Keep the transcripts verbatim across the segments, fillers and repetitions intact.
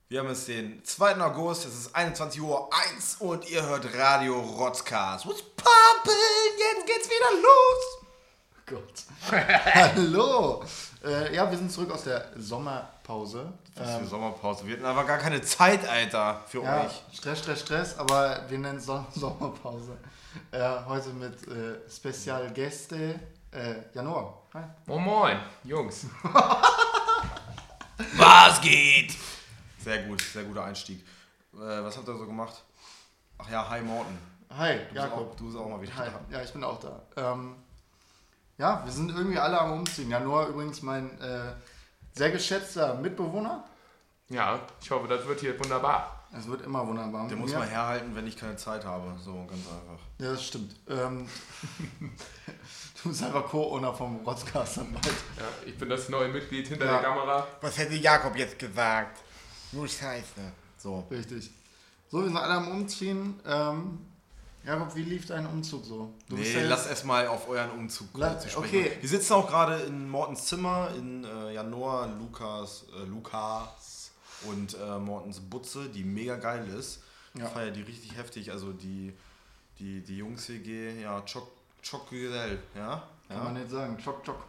Wir haben es den zweiten August, es ist einundzwanzig Uhr eins und ihr hört Radio Rotzcast. What's poppin'? Jetzt geht's wieder los! Gott. Hallo! Äh, ja, wir sind zurück aus der Sommerpause. Was für ähm, Sommerpause? Wir hatten aber gar keine Zeit, Alter, für ja, euch. Stress, Stress, Stress, aber wir nennen es so- Sommerpause. Äh, heute mit äh, Spezialgäste. Äh, Janor. Hi. Moin Moin, Jungs. Was geht? Sehr gut, sehr guter Einstieg. Äh, was habt ihr so gemacht? Ach ja, hi Morten. Hi, Du bist Jakob. auch, du bist auch mal wieder Hi. da. Ja, ich bin auch da. Ähm, ja, wir sind irgendwie alle am Umziehen. Janor übrigens mein äh, sehr geschätzter Mitbewohner. Ja, ich hoffe, das wird hier wunderbar. Es wird immer wunderbar. Der mit muss mir. mal herhalten, wenn ich keine Zeit habe. So, ganz einfach. Ja, das stimmt. Ähm, du bist einfach Co-Owner vom Rotzcast dann bald. Ja, ich bin das neue Mitglied hinter Ja. der Kamera. Was hätte Jakob jetzt gesagt? Nur Scheiße. So. Richtig. So, wir sind alle am Umziehen. Ähm, Jakob, wie lief dein Umzug so? Du bist Nee, ja lass erstmal auf euren Umzug La- zu sprechen. okay. Wir sitzen auch gerade in Mortens Zimmer, in äh, Janor, Lukas, äh, Lukas und äh, Mortens Butze, die mega geil ist. Ich Ja. feiere die richtig heftig. Also die, die, die Jungs W G, ja, Choc, Choc Güzel, ja? Kann ja? man nicht sagen. Chock, chock.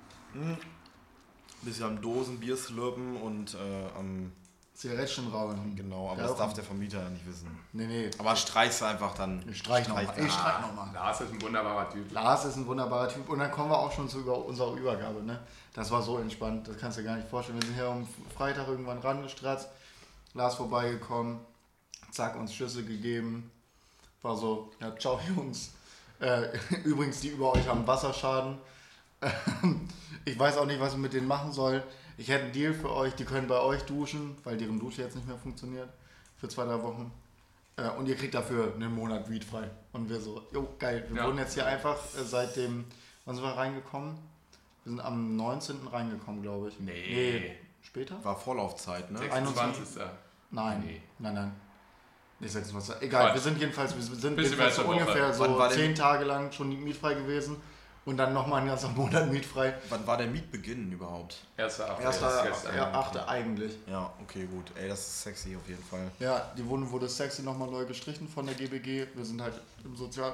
Bisschen am Dosen Bier slurpen und äh, am, Zigarettchen rauchen. genau, aber Ja, das auch- darf der Vermieter ja nicht wissen. Nee, nee. Aber streichst du einfach dann. Ich streich nochmal. Ich streich nochmal. Lars ist ein wunderbarer Typ. Lars ist ein wunderbarer Typ. Und dann kommen wir auch schon zu über unserer Übergabe. Ne? Das war so entspannt. Das kannst du dir gar nicht vorstellen. Wir sind hier am Freitag irgendwann rangestratzt. Lars vorbeigekommen. Zack, uns Schlüssel gegeben. War so, ja, ciao Jungs. Äh, übrigens, die über euch haben Wasserschaden. Ähm, ich weiß auch nicht, was ich mit denen machen soll. Ich hätte einen Deal für euch. Die können bei euch duschen, weil deren Dusche jetzt nicht mehr funktioniert. Für zwei, drei Wochen. Äh, und ihr kriegt dafür einen Monat weedfrei. Und wir so, jo, geil. Wir Ja. wurden jetzt hier einfach äh, seit dem, wann sind wir reingekommen? Wir sind am neunzehnten reingekommen, glaube ich. Nee. Später? War Vorlaufzeit, ne? sechsundzwanzigster Nein. Nee. Nein, nein. Nicht sechsundzwanzig. Egal, Quatsch. wir sind jedenfalls, wir sind Bisschen jedenfalls so mehr als eine ungefähr Woche. Wann so war denn- zehn Tage lang schon mietfrei gewesen. Und dann nochmal ein ganzer Monat mietfrei. Wann war der Mietbeginn überhaupt? Erster April. Erster, das ist gestern. ja, achte eigentlich. Ja, okay, gut. Ey, das ist sexy auf jeden Fall. Ja, die Wohnung wurde sexy nochmal neu gestrichen von der G B G. Wir sind halt im, Sozial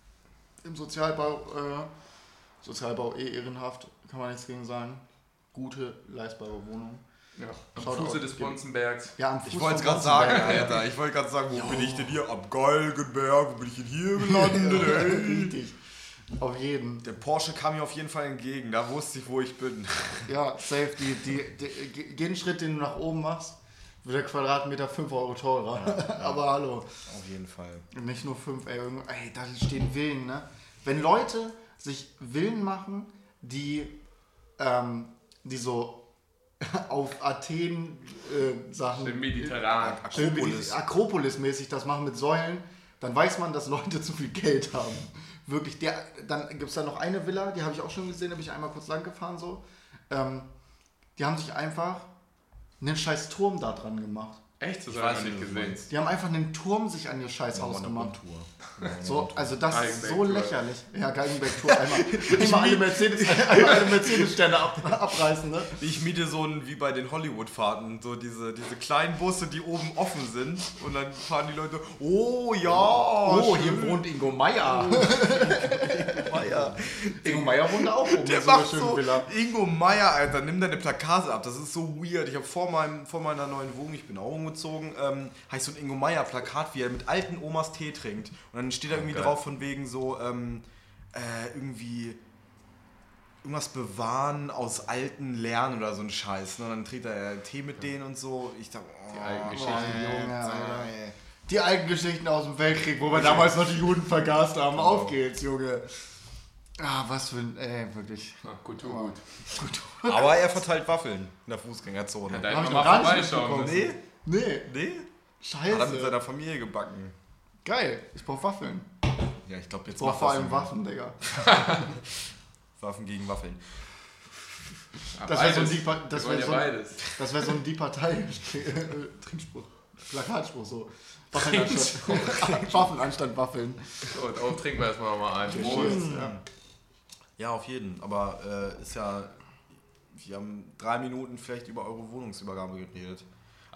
im Sozialbau, äh, Sozialbau eh ehrenhaft, kann man nichts gegen sagen. Gute, leistbare Wohnung. Ja. Am Shoutout. Fuße des Bonzenbergs. Ja, am Fuß Ich wollte es vom gerade sagen, Bonzenberg, Alter. Ich wollte gerade sagen, wo bin ich denn hier? Am Galgenberg, wo bin ich denn hier gelandet, ja. ey? Richtig. Auf jeden. Der Porsche kam mir auf jeden Fall entgegen, da wusste ich, wo ich bin. Ja, safe. Die, die, die, jeden Schritt, den du nach oben machst, wird der Quadratmeter fünf Euro teurer. Ja, ja. Aber hallo. Auf jeden Fall. Nicht nur fünf, ey, irgendwo, ey, da stehen Villen, ne? Wenn Leute sich Villen machen, die, ähm, die so auf Athen äh, Sachen, Im Mediterran. Akropolis. Akropolis-mäßig das machen mit Säulen, dann weiß man, dass Leute zu viel Geld haben. Wirklich, der, dann gibt es da noch eine Villa, die habe ich auch schon gesehen, da bin ich einmal kurz lang gefahren so. Ähm, die haben sich einfach einen scheiß Turm da dran gemacht. Echt? Das Ich habe weiß ich noch nicht, nicht wie du gesehen. Die haben einfach einen Turm sich an ihr scheiß Haus gemacht. So, also das ist so Geigenberg-Tour. lächerlich. Ja, Geigenberg-Tour. Einmal, einmal alle Mercedes, einmal alle Mercedes-Stände ab, abreißen, ne? Ich miete so ein, wie bei den Hollywood-Fahrten, so diese, diese kleinen Busse, die oben offen sind und dann fahren die Leute, oh ja, Oh, schön. hier wohnt Ingo Meier. Meier. Ingo Meier wohnt da auch oben Der in so einer macht schönen so, Villa. Ingo Meier, Alter, nimm deine Plakate ab, das ist so weird. Ich habe vor, meinem, vor meiner neuen Wohnung, ich bin auch umgezogen, ähm, heißt so ein Ingo Meier Plakat, wie er mit alten Omas Tee trinkt. Und dann steht da irgendwie geil. drauf von wegen so, ähm, äh, irgendwie irgendwas bewahren aus alten Lernen oder so ein Scheiß. Ne? Und dann trinkt er Tee mit denen und so. Ich dachte, oh, Die alten oh, Geschichten. Junge, Alter. Alter. Die alten Geschichten aus dem Weltkrieg, wo wir damals noch die Juden vergast haben. Auf geht's, Junge. Ah, was für ein, ey, wirklich. Ah, Kultur gut. Aber er verteilt Waffeln in der Fußgängerzone. Ja, da Hab hätten ich wir noch mal gar nicht vorbeischauen mitbekommen. müssen. Nee, Nee, nee. Hat er mit scheiße. seiner Familie gebacken. Geil, ich brauch Waffeln. Ja, ich glaube, jetzt Ich brauch macht vor das allem Sinn. Waffen, Digga. Waffen gegen Waffeln. Ja, Das wäre so ein beides. Deeper, das Wir wollen wär ja so ein, beides. das wär so ein die Partei Trinkspruch, Plakatspruch so. Waffen anstatt, Waffen anstatt Waffeln. So, und auch trinken wir erstmal nochmal ein. Prost. Ja. Ja, auf jeden. Aber äh, ist ja. Wir haben drei Minuten vielleicht über eure Wohnungsübergabe geredet.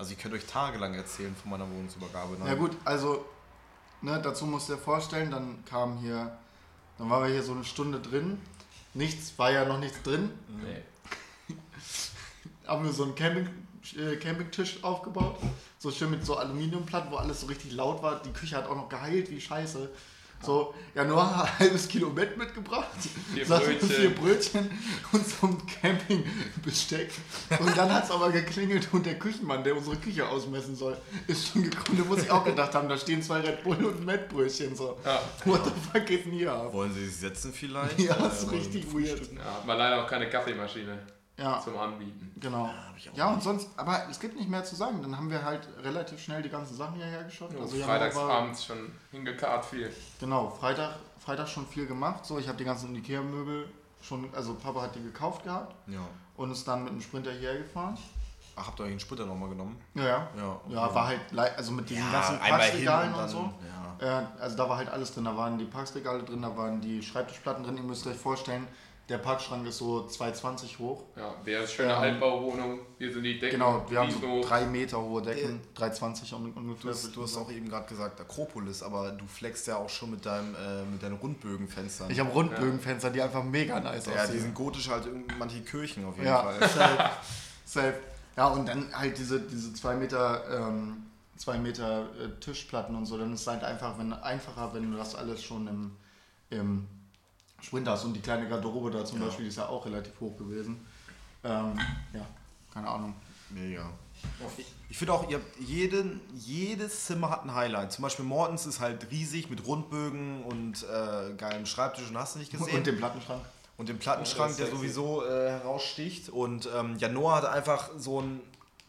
Also ich könnte euch tagelang erzählen von meiner Wohnungsübergabe. Nein. Ja gut, also ne, dazu musst du dir vorstellen, dann kam hier, dann waren wir hier so eine Stunde drin. Nichts, war ja noch nichts drin. Nee. Haben wir so einen Camping, äh, Campingtisch aufgebaut. So schön mit so Aluminiumplatten, wo alles so richtig laut war. Die Küche hat auch noch geheilt wie Scheiße. So, ja, nur ein halbes Kilo Met mitgebracht, Vier saß Brötchen. vier Brötchen und so ein Campingbesteck. Und dann hat es aber geklingelt und der Küchenmann, der unsere Küche ausmessen soll, ist schon gekommen. Da muss ich auch gedacht haben, da stehen zwei Red Bull und ein Mettbrötchen. So. Ja. What the fuck geht denn hier ab? Wollen Sie sich setzen vielleicht? Ja, Äh, ist wollen richtig Sie weird. frühstücken? Ja, hat man leider auch keine Kaffeemaschine Ja, zum Anbieten. genau. hab ich auch Ja, und nicht. sonst, aber es gibt nicht mehr zu sagen. Dann haben wir halt relativ schnell die ganzen Sachen hierher geschaut. Ja, Also ja, freitagsabends schon hingekarrt viel. Genau, Freitag, Freitag schon viel gemacht. So, ich habe die ganzen Ikea-Möbel schon, also Papa hat die gekauft gehabt Ja. und ist dann mit dem Sprinter hierher gefahren. Ach, habt ihr euch den Splitter nochmal genommen? Ja, ja. Ja, okay. Ja, war halt, lei- also mit diesen ganzen einmal hin Packregalen und, dann, so. Ja. Äh, also da war halt alles drin. Da waren die Packregale drin, da waren die Schreibtischplatten drin. Ihr müsst euch vorstellen, der Packschrank ist so zwei zwanzig hoch. Ja, wäre es schöne Ähm, Altbauwohnung. Hier sind die Decken. Genau, wir haben so riesenhoch. drei Meter hohe Decken, drei zwanzig un- ungefähr. Du hast, du hast auch eben gerade gesagt Akropolis, aber du flexst ja auch schon mit, deinem, äh, mit deinen Rundbögenfenstern. Ich habe Rundbögenfenster, die einfach mega nice ja, die aussehen. sind gotisch halt in manche Kirchen auf jeden Ja, Fall. safe. safe. Ja, und dann halt diese, diese zwei Meter, ähm, zwei Meter äh, Tischplatten und so, dann ist es halt einfach, wenn, einfacher, wenn du das alles schon im, im Sprinter hast. Und die kleine Garderobe da zum Ja. Beispiel, die ist ja auch relativ hoch gewesen. Ähm, ja, keine Ahnung. Mega. Ich, ich finde auch, ihr habt jeden, jedes Zimmer hat ein Highlight. Zum Beispiel Mortens ist halt riesig mit Rundbögen und äh, geilem Schreibtisch und hast du nicht gesehen. Und den Plattenschrank. Und den Plattenschrank, Oh, der das ist sowieso äh, heraussticht. Und ähm, Janor hat einfach so ein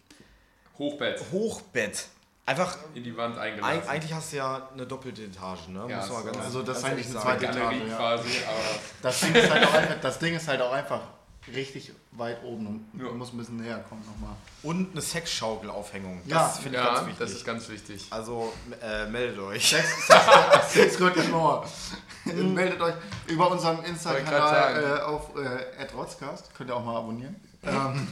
Hochbett Hochbett. Einfach, in die Wand eig eingelassen. eigentlich hast du ja eine doppelte Etage, ne? Ja, Muss man so. ganz, Also das ganz ist eigentlich ehrlich eine sagen. zweite Galerie Etage, ja. quasi, aber Das Ding ist halt auch einfach, das Ding ist halt auch einfach richtig weit oben und Ja. du musst ein bisschen näher kommen nochmal. Und eine Sexschaukelaufhängung. Ja. Das finde ich ja, ganz wichtig. das ist ganz wichtig. Also äh, meldet euch. Sex, Sex, Sex Gott Genor. Meldet euch über unseren Wollte Insta-Kanal grad äh, auf äh, at rotzcast. Könnt ihr auch mal abonnieren. ähm,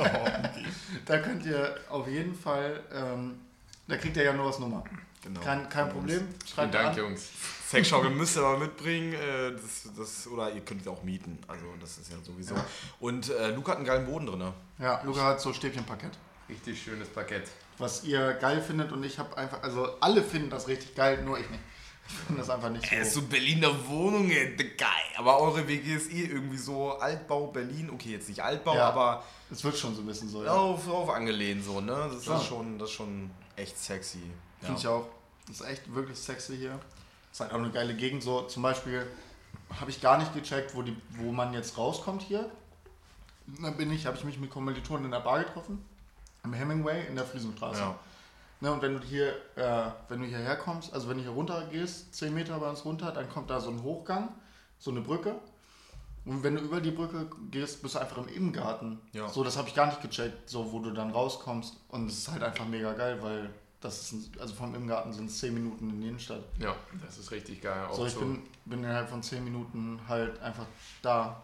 da könnt ihr auf jeden Fall, ähm, da kriegt ihr ja nur was Nummer. Genau. Kein, kein Problem. Vielen Schreibt Dank, an. Jungs. Sexschaukel müsst ihr aber mitbringen. Äh, das, das, oder ihr könnt es auch mieten. Also das ist ja sowieso. Und äh, Luca hat einen geilen Boden drin. Ne? Ja, Luca hat so Stäbchenparkett. Richtig schönes Parkett. Was ihr geil findet und ich habe einfach, also alle finden das richtig geil, nur ich nicht. Ich finde das einfach nicht so. Äh, so Berliner Wohnungen, geil. Aber eure W G ist eh irgendwie so Altbau Berlin. Okay, jetzt nicht Altbau, Ja. aber Es wird schon so ein bisschen so, ja. auf, auf angelehnt so, ne? Das Klar. ist schon, das ist schon echt sexy. Ja. Finde ich auch. Das ist echt wirklich sexy hier. Ist halt auch eine geile Gegend. So zum Beispiel habe ich gar nicht gecheckt, wo, die, wo man jetzt rauskommt hier. Dann bin ich, habe ich mich mit Kommilitonen in der Bar getroffen. Am Hemingway in der Friesenstraße. Ja. Ne, und wenn du hier, äh, wenn du hierher kommst, also wenn du hier runter gehst, zehn Meter bei uns runter, dann kommt da so ein Hochgang, so eine Brücke. Und wenn du über die Brücke gehst, bist du einfach im Innengarten. Ja. So, das habe ich gar nicht gecheckt, so wo du dann rauskommst. Und es ist halt einfach mega geil, weil das ist, ein, also vom Innengarten sind es zehn Minuten in die Innenstadt. Ja, das ist richtig geil. Auch So, ich so. bin, bin innerhalb von zehn Minuten halt einfach da.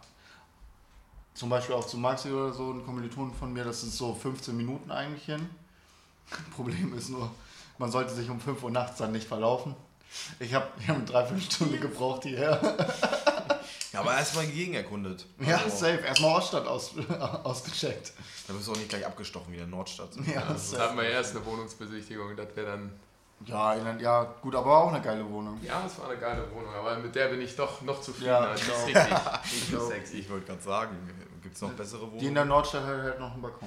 Zum Beispiel auch zu Maxi oder so, ein Kommiliton von mir, das ist so fünfzehn Minuten eigentlich hin. Problem ist nur, man sollte sich um fünf Uhr nachts dann nicht verlaufen. Ich habe ich hab eine Dreiviertelstunde gebraucht hierher. Ja, aber erstmal die Gegend erkundet. Ja, Also, safe. Erstmal Oststadt aus, ausgecheckt. Da wirst du auch nicht gleich abgestochen wie in der Nordstadt. Ja, Das hatten wir erst eine Wohnungsbesichtigung, das wäre dann. Ja, in- ja, gut, aber auch eine geile Wohnung. Ja, es war eine geile Wohnung, aber mit der bin ich doch noch zufrieden. Ja, Also, die ist ich richtig, Ich richtig glaub- sexy. Ich wollte gerade sagen, gibt es noch bessere Die in Wohnungen? der Nordstadt hat halt noch einen Balkon.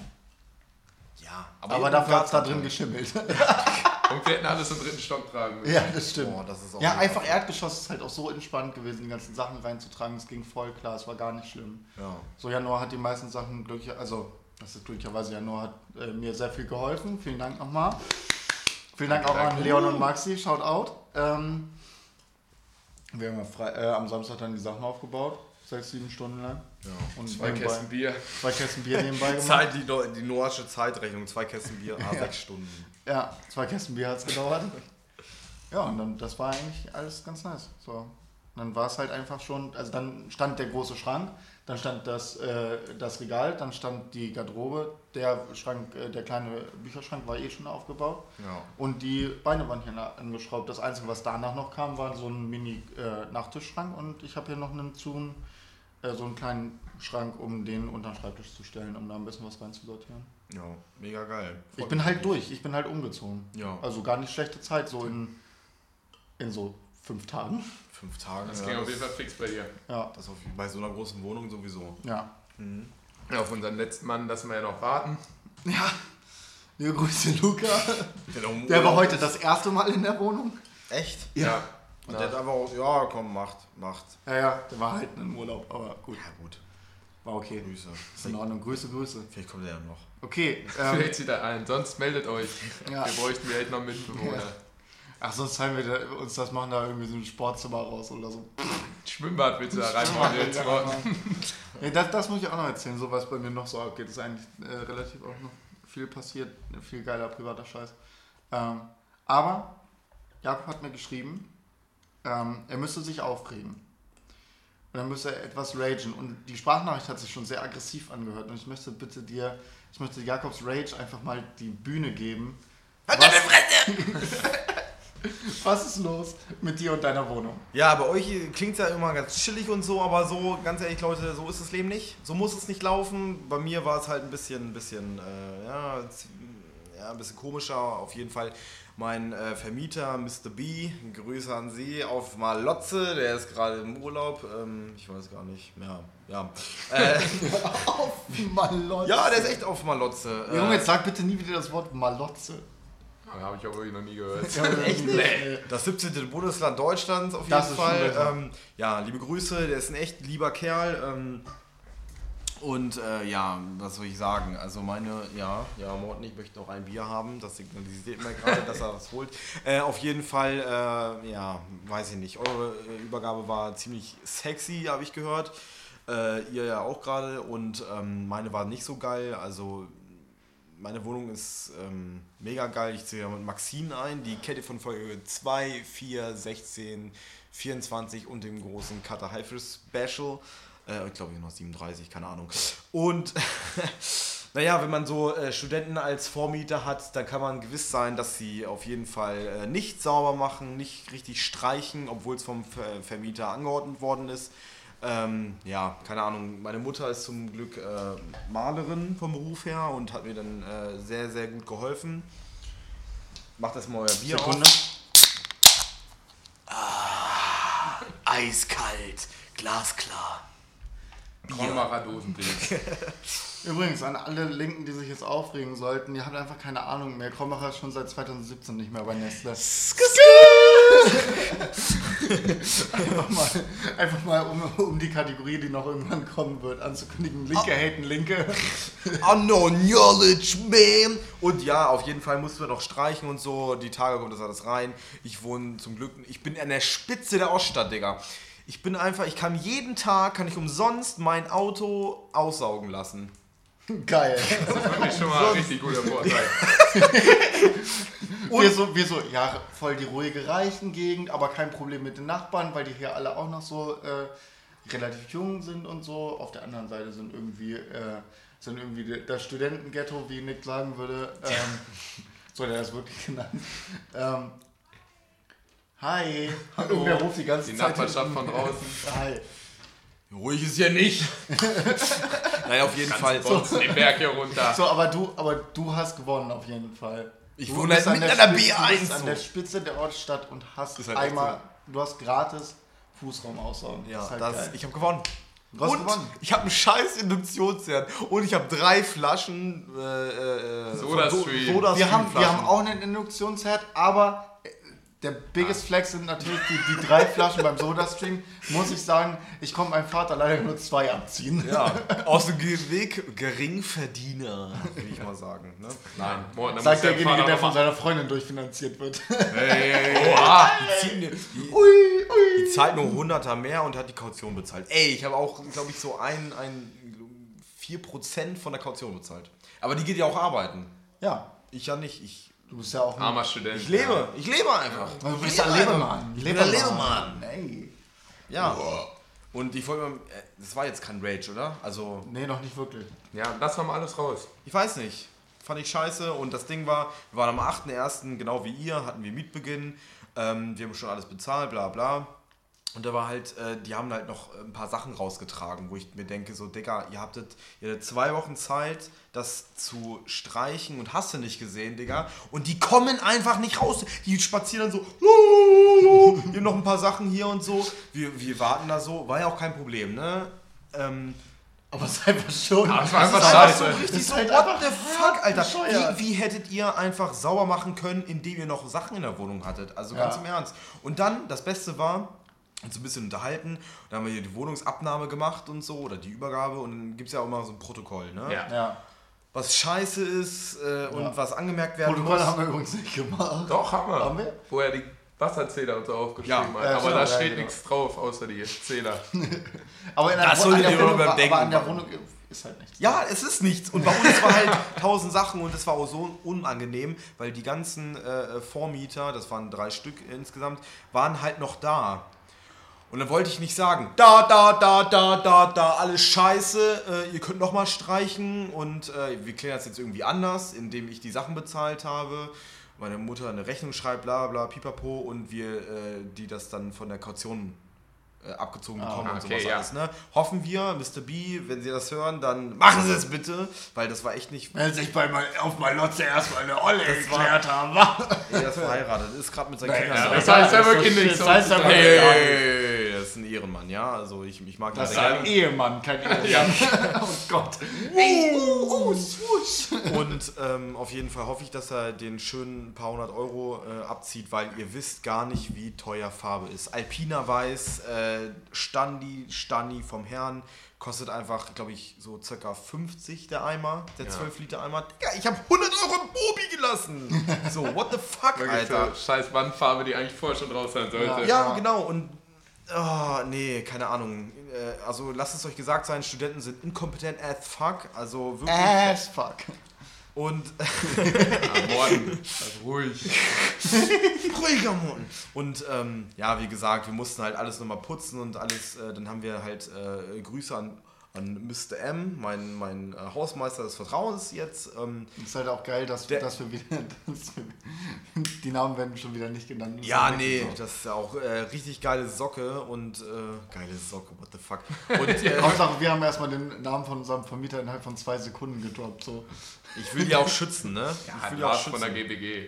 Ja, Aber im dafür hat es da Garten- drin geschimmelt. Und wir hätten alles im dritten Stock tragen müssen. Ja, das stimmt. Boah, das ist auch Ja, mega. einfach Erdgeschoss ist halt auch so entspannt gewesen, die ganzen Sachen reinzutragen. Es ging voll klar, es war gar nicht schlimm. Ja. So, Januar hat die meisten Sachen glücklicherweise, also, das ist glücklicherweise, Januar hat äh, mir sehr viel geholfen. Vielen Dank nochmal. Vielen Dank auch Danke. an Leon und Maxi, shout out. Ähm, wir haben ja frei, äh, am Samstag dann die Sachen aufgebaut, sechs, sieben Stunden lang. Ja. Und Zwei nebenbei- Kästen Bier. Zwei Kästen Bier nebenbei gemacht. Zeit, die, Nor- die nordische Zeitrechnung, zwei Kästen Bier, ah, Ja. sechs Stunden. Ja, zwei Kästen Bier hat es gedauert. Ja, und dann, das war eigentlich alles ganz nice. So. Dann war es halt einfach schon, also dann stand der große Schrank, dann stand das, äh, das Regal, dann stand die Garderobe, der Schrank, äh, der kleine Bücherschrank war eh schon aufgebaut Ja. und die Beine waren hier angeschraubt. Das Einzige, was danach noch kam, war so ein Mini-Nachttischschrank äh, und ich habe hier noch einen Zoom, äh, so einen kleinen Schrank, um den unter den Schreibtisch zu stellen, um da ein bisschen was reinzusortieren. Ja, mega geil. Freut Ich bin mich halt richtig. durch, ich bin halt umgezogen. Ja. Also gar nicht schlechte Zeit, so in, in so fünf Tagen. Fünf Tage. Das ja, ging auf jeden Fall fix bei dir. Ja, Das auf, bei so einer großen Wohnung sowieso. ja. Mhm. Ja, auf unseren letzten Mann lassen wir ja noch warten. Ja, liebe Grüße Luca. Der, noch im Der war Urlaub heute ist. das erste Mal in der Wohnung. Echt? Ja. Und Na, der hat einfach auch, ja komm, macht, macht. Ja, ja, der war halt im Urlaub, aber gut, Ja gut, war okay. Grüße. Ist in Ordnung, Grüße, Grüße. Vielleicht kommt der ja noch. Okay, Vielleicht ähm, zieht er ein, sonst meldet euch. Ja. Wir bräuchten wir echt noch Mitbewohner. ach, sonst teilen wir da, uns das, machen da irgendwie so ein Sportzimmer raus oder so. Schwimmbad willst du da reinmachen jetzt morgen. Ja, das, das muss ich auch noch erzählen, so was bei mir noch so abgeht. Ist eigentlich äh, relativ auch noch viel passiert, viel geiler privater Scheiß. Ähm, aber Jakob hat mir geschrieben, ähm, er müsste sich aufregen. Und er müsse etwas ragen. Und die Sprachnachricht hat sich schon sehr aggressiv angehört. Und ich möchte bitte dir, ich möchte Jakobs Rage einfach mal die Bühne geben. Was, was ist los mit dir und deiner Wohnung? Ja, bei euch klingt es ja immer ganz chillig und so, aber so, ganz ehrlich Leute, so ist das Leben nicht. So muss es nicht laufen. Bei mir war es halt ein bisschen, ein bisschen, äh, ja, z- ja, ein bisschen komischer. Auf jeden Fall mein äh, Vermieter, Mister B, Grüße an Sie, auf Malotze, der ist gerade im Urlaub. Ähm, ich weiß gar nicht, ja, ja. Äh, Auf Malotze. ja, der ist echt auf Malotze. Äh, Junge, jetzt sag bitte nie wieder das Wort Malotze. Habe ich auch wirklich noch nie gehört. Echt Nee. Das siebzehnte Bundesland Deutschlands auf jeden Das ist schon Fall. besser. Ähm, ja, liebe Grüße, der ist ein echt lieber Kerl. Ähm, und äh, ja, was soll ich sagen? Also meine, ja, ja, Morten, ich möchte noch ein Bier haben. Das signalisiert mir gerade, dass er das holt. Äh, auf jeden Fall, äh, ja, weiß ich nicht. Eure äh, Übergabe war ziemlich sexy, habe ich gehört. Äh, ihr ja auch gerade. Und ähm, meine war nicht so geil. Also meine Wohnung ist ähm, mega geil. Ich ziehe ja mit Maxine ein. Die Kette von Folge zwei, vier, sechzehn, vierundzwanzig und dem großen Cutter Haifisch Special. Äh, ich glaube, hier noch siebenunddreißig, keine Ahnung. Und naja, wenn man so äh, Studenten als Vormieter hat, dann kann man gewiss sein, dass sie auf jeden Fall äh, nicht sauber machen, nicht richtig streichen, obwohl es vom Ver Vermieter angeordnet worden ist. Ähm, ja, keine Ahnung, meine Mutter ist zum Glück äh, Malerin vom Beruf her und hat mir dann äh, sehr, sehr gut geholfen. Macht das mal euer Bier Sekunde. auf. Ah, eiskalt, glasklar. Krombacher Dosenbild. Übrigens, an alle Linken, die sich jetzt aufregen sollten, ihr habt einfach keine Ahnung mehr. Krombacher ist schon seit zweitausendsiebzehn nicht mehr bei Nestle. einfach mal, einfach mal um, um die Kategorie, die noch irgendwann kommen wird, anzukündigen. Linke Oh. haten Linke. Unknown knowledge, man. Und ja, auf jeden Fall mussten wir noch streichen und so. Die Tage kommt das alles rein. Ich wohne zum Glück, ich bin an der Spitze der Oststadt, Digga. Ich bin einfach, ich kann jeden Tag, kann ich umsonst mein Auto aussaugen lassen. Geil. Das ist wirklich schon mal ein richtig guter Vorteil. Wir so, wir so, ja, voll die ruhige Reichengegend, aber kein Problem mit den Nachbarn, weil die hier alle auch noch so äh, relativ jung sind und so. Auf der anderen Seite sind irgendwie, äh, sind irgendwie das Studentenghetto, wie Nick sagen würde. Ähm, so hat er das wirklich genannt. Ähm, hi. Hallo. Und der ruft die ganze Die Zeit. Nachbarschaft von draußen. Hi. Ruhig ist ja nicht. Naja, auf jeden Fall. Sonst den Berg hier runter. So, aber du, aber du hast gewonnen auf jeden Fall. Ich Du wohne bist halt an mitten der an der Spitze- B Du bist eins. an der Spitze der Ortsstadt und hast Ist halt echt einmal, du hast gratis Fußraum aussaugen. Ja, ist halt das, geil. ich habe gewonnen. Du hast und gewonnen. ich habe einen scheiß Induktionsherd und ich habe drei Flaschen äh, äh, Soda von Stream. Soda Wir haben, Stream wir haben Flaschen. auch einen Induktionsherd, aber äh, der biggest flex sind natürlich die, die drei Flaschen beim SodaStream. Muss ich sagen, ich konnte meinem Vater leider nur zwei abziehen. Ja, aus dem Weg Geringverdiener, würde ich mal sagen. Ne? Nein, Morten, da muss Sagt der derjenige, Vater der noch von mal- seiner Freundin durchfinanziert wird. Oha, die, ziehen, die, Ui, ui. die zahlt nur Hunderter mehr und hat die Kaution bezahlt. Ey, ich habe auch, glaube ich, so ein, ein vier Prozent von der Kaution bezahlt. Aber die geht ja auch arbeiten. Ja, Ich ja nicht. Ich, du bist ja auch ein... Armer Student. ich lebe, ich lebe einfach. Du bist Ich ein lebe Lebemann. Ich bin ein Lebemann. Ey. Ja. Boah. Und ich wollte mal, das war jetzt kein Rage, oder? Also. Nee, noch nicht wirklich. Ja, lass mal alles raus. Ich weiß nicht. Fand ich scheiße. Und das Ding war, wir waren am achten ersten genau wie ihr, hatten wir Mietbeginn. Ähm, wir haben schon alles bezahlt, bla bla. Und da war halt, äh, die haben halt noch ein paar Sachen rausgetragen, wo ich mir denke, so, Digga, ihr hattet, ihr hattet zwei Wochen Zeit, das zu streichen und hast du nicht gesehen, Digga. Und die kommen einfach nicht raus. Die spazieren dann so, wir haben noch ein paar Sachen hier und so. Wir, wir warten da so, war ja auch kein Problem, ne? Ähm, aber es ist einfach schon. Ja, es war einfach scheiße. so richtig so, halt what the fuck, Alter. Wie, wie hättet ihr einfach sauber machen können, indem ihr noch Sachen in der Wohnung hattet? Also ganz ja. im Ernst. Und dann, das Beste war, uns ein bisschen unterhalten. Da haben wir hier die Wohnungsabnahme gemacht und so, oder die Übergabe. Und dann gibt es ja auch immer so ein Protokoll, ne? Ja. ja. Was scheiße ist äh, und ja. was angemerkt werden Protokoll muss. haben wir übrigens nicht gemacht. Doch, haben wir. Haben wir? Wo er die Wasserzähler und so aufgeschrieben ja. hat. Ja, aber genau, da steht ja, genau. nichts drauf, außer die Zähler. aber in der, das Wo- an der ihr Wohnung, beim aber Denken an der machen. Wohnung ist halt nichts. Ja, es ist nichts. Und bei uns war halt tausend Sachen und es war auch so unangenehm, weil die ganzen äh, Vormieter, das waren drei Stück insgesamt, waren halt noch da. Und dann wollte ich nicht sagen, da, da, da, da, da, da, alles scheiße, äh, ihr könnt nochmal streichen und äh, wir klären das jetzt irgendwie anders, indem ich die Sachen bezahlt habe, meine Mutter eine Rechnung schreibt, bla bla, pipapo und wir, äh, die das dann von der Kaution äh, abgezogen bekommen ah, und okay, sowas ja. alles, ne? Hoffen wir, Mister B, wenn Sie das hören, dann machen Sie es bitte, weil das war echt nicht... Wenn sich bei mal auf Malotze erstmal eine Olle Das war- geklärt haben, wa? Er ist verheiratet, ist gerade mit seinen Nein, Kindern. ja, da. Das heißt ja Das ist wirklich doch nichts. shit. Das heißt ja wirklich Hey, das ist ein Ehrenmann, ja, also ich, ich mag Das ist sehr ein Ehemann, kein Ehemann. Ja. Oh Gott. Ey, uh, uh, swoosh. Und ähm, auf jeden Fall hoffe ich, dass er den schönen paar hundert Euro äh, abzieht, weil ihr wisst gar nicht, wie teuer Farbe ist. Alpina Weiß, äh, Standi, Stani vom Herrn, kostet einfach, glaube ich, so circa fünfzig der Eimer, der Ja. zwölf Liter Eimer. Digga, ich habe hundert Euro im Bobi gelassen. So, what the fuck, Wirklich Alter. so scheiß Wandfarbe, die eigentlich vorher schon raus sein sollte. Ja. Ja, genau. Und oh, nee, keine Ahnung. Äh, Also lasst es euch gesagt sein, Studenten sind inkompetent as fuck. Also wirklich. As fuck. Und Ja, Morten, also ruhig. ruhiger Morten. Und ähm, ja, wie gesagt, wir mussten halt alles nochmal putzen und alles. Äh, dann haben wir halt äh, Grüße an, an Mister M, mein, mein äh, Hausmeister des Vertrauens jetzt. Ähm, Das ist halt auch geil, dass, Der- dass wir wieder. Dass wir, die Namen werden schon wieder nicht genannt. Das ja, ist nee, wirklich das ist ja auch äh, richtig geile Socke und äh, geile Socke, what the fuck. Und äh, so. Hauptsache, wir haben erstmal den Namen von unserem Vermieter innerhalb von zwei Sekunden gedroppt. So. ich will die auch schützen, ne? Ja, ich will die auch Lars von der schützen. G B G.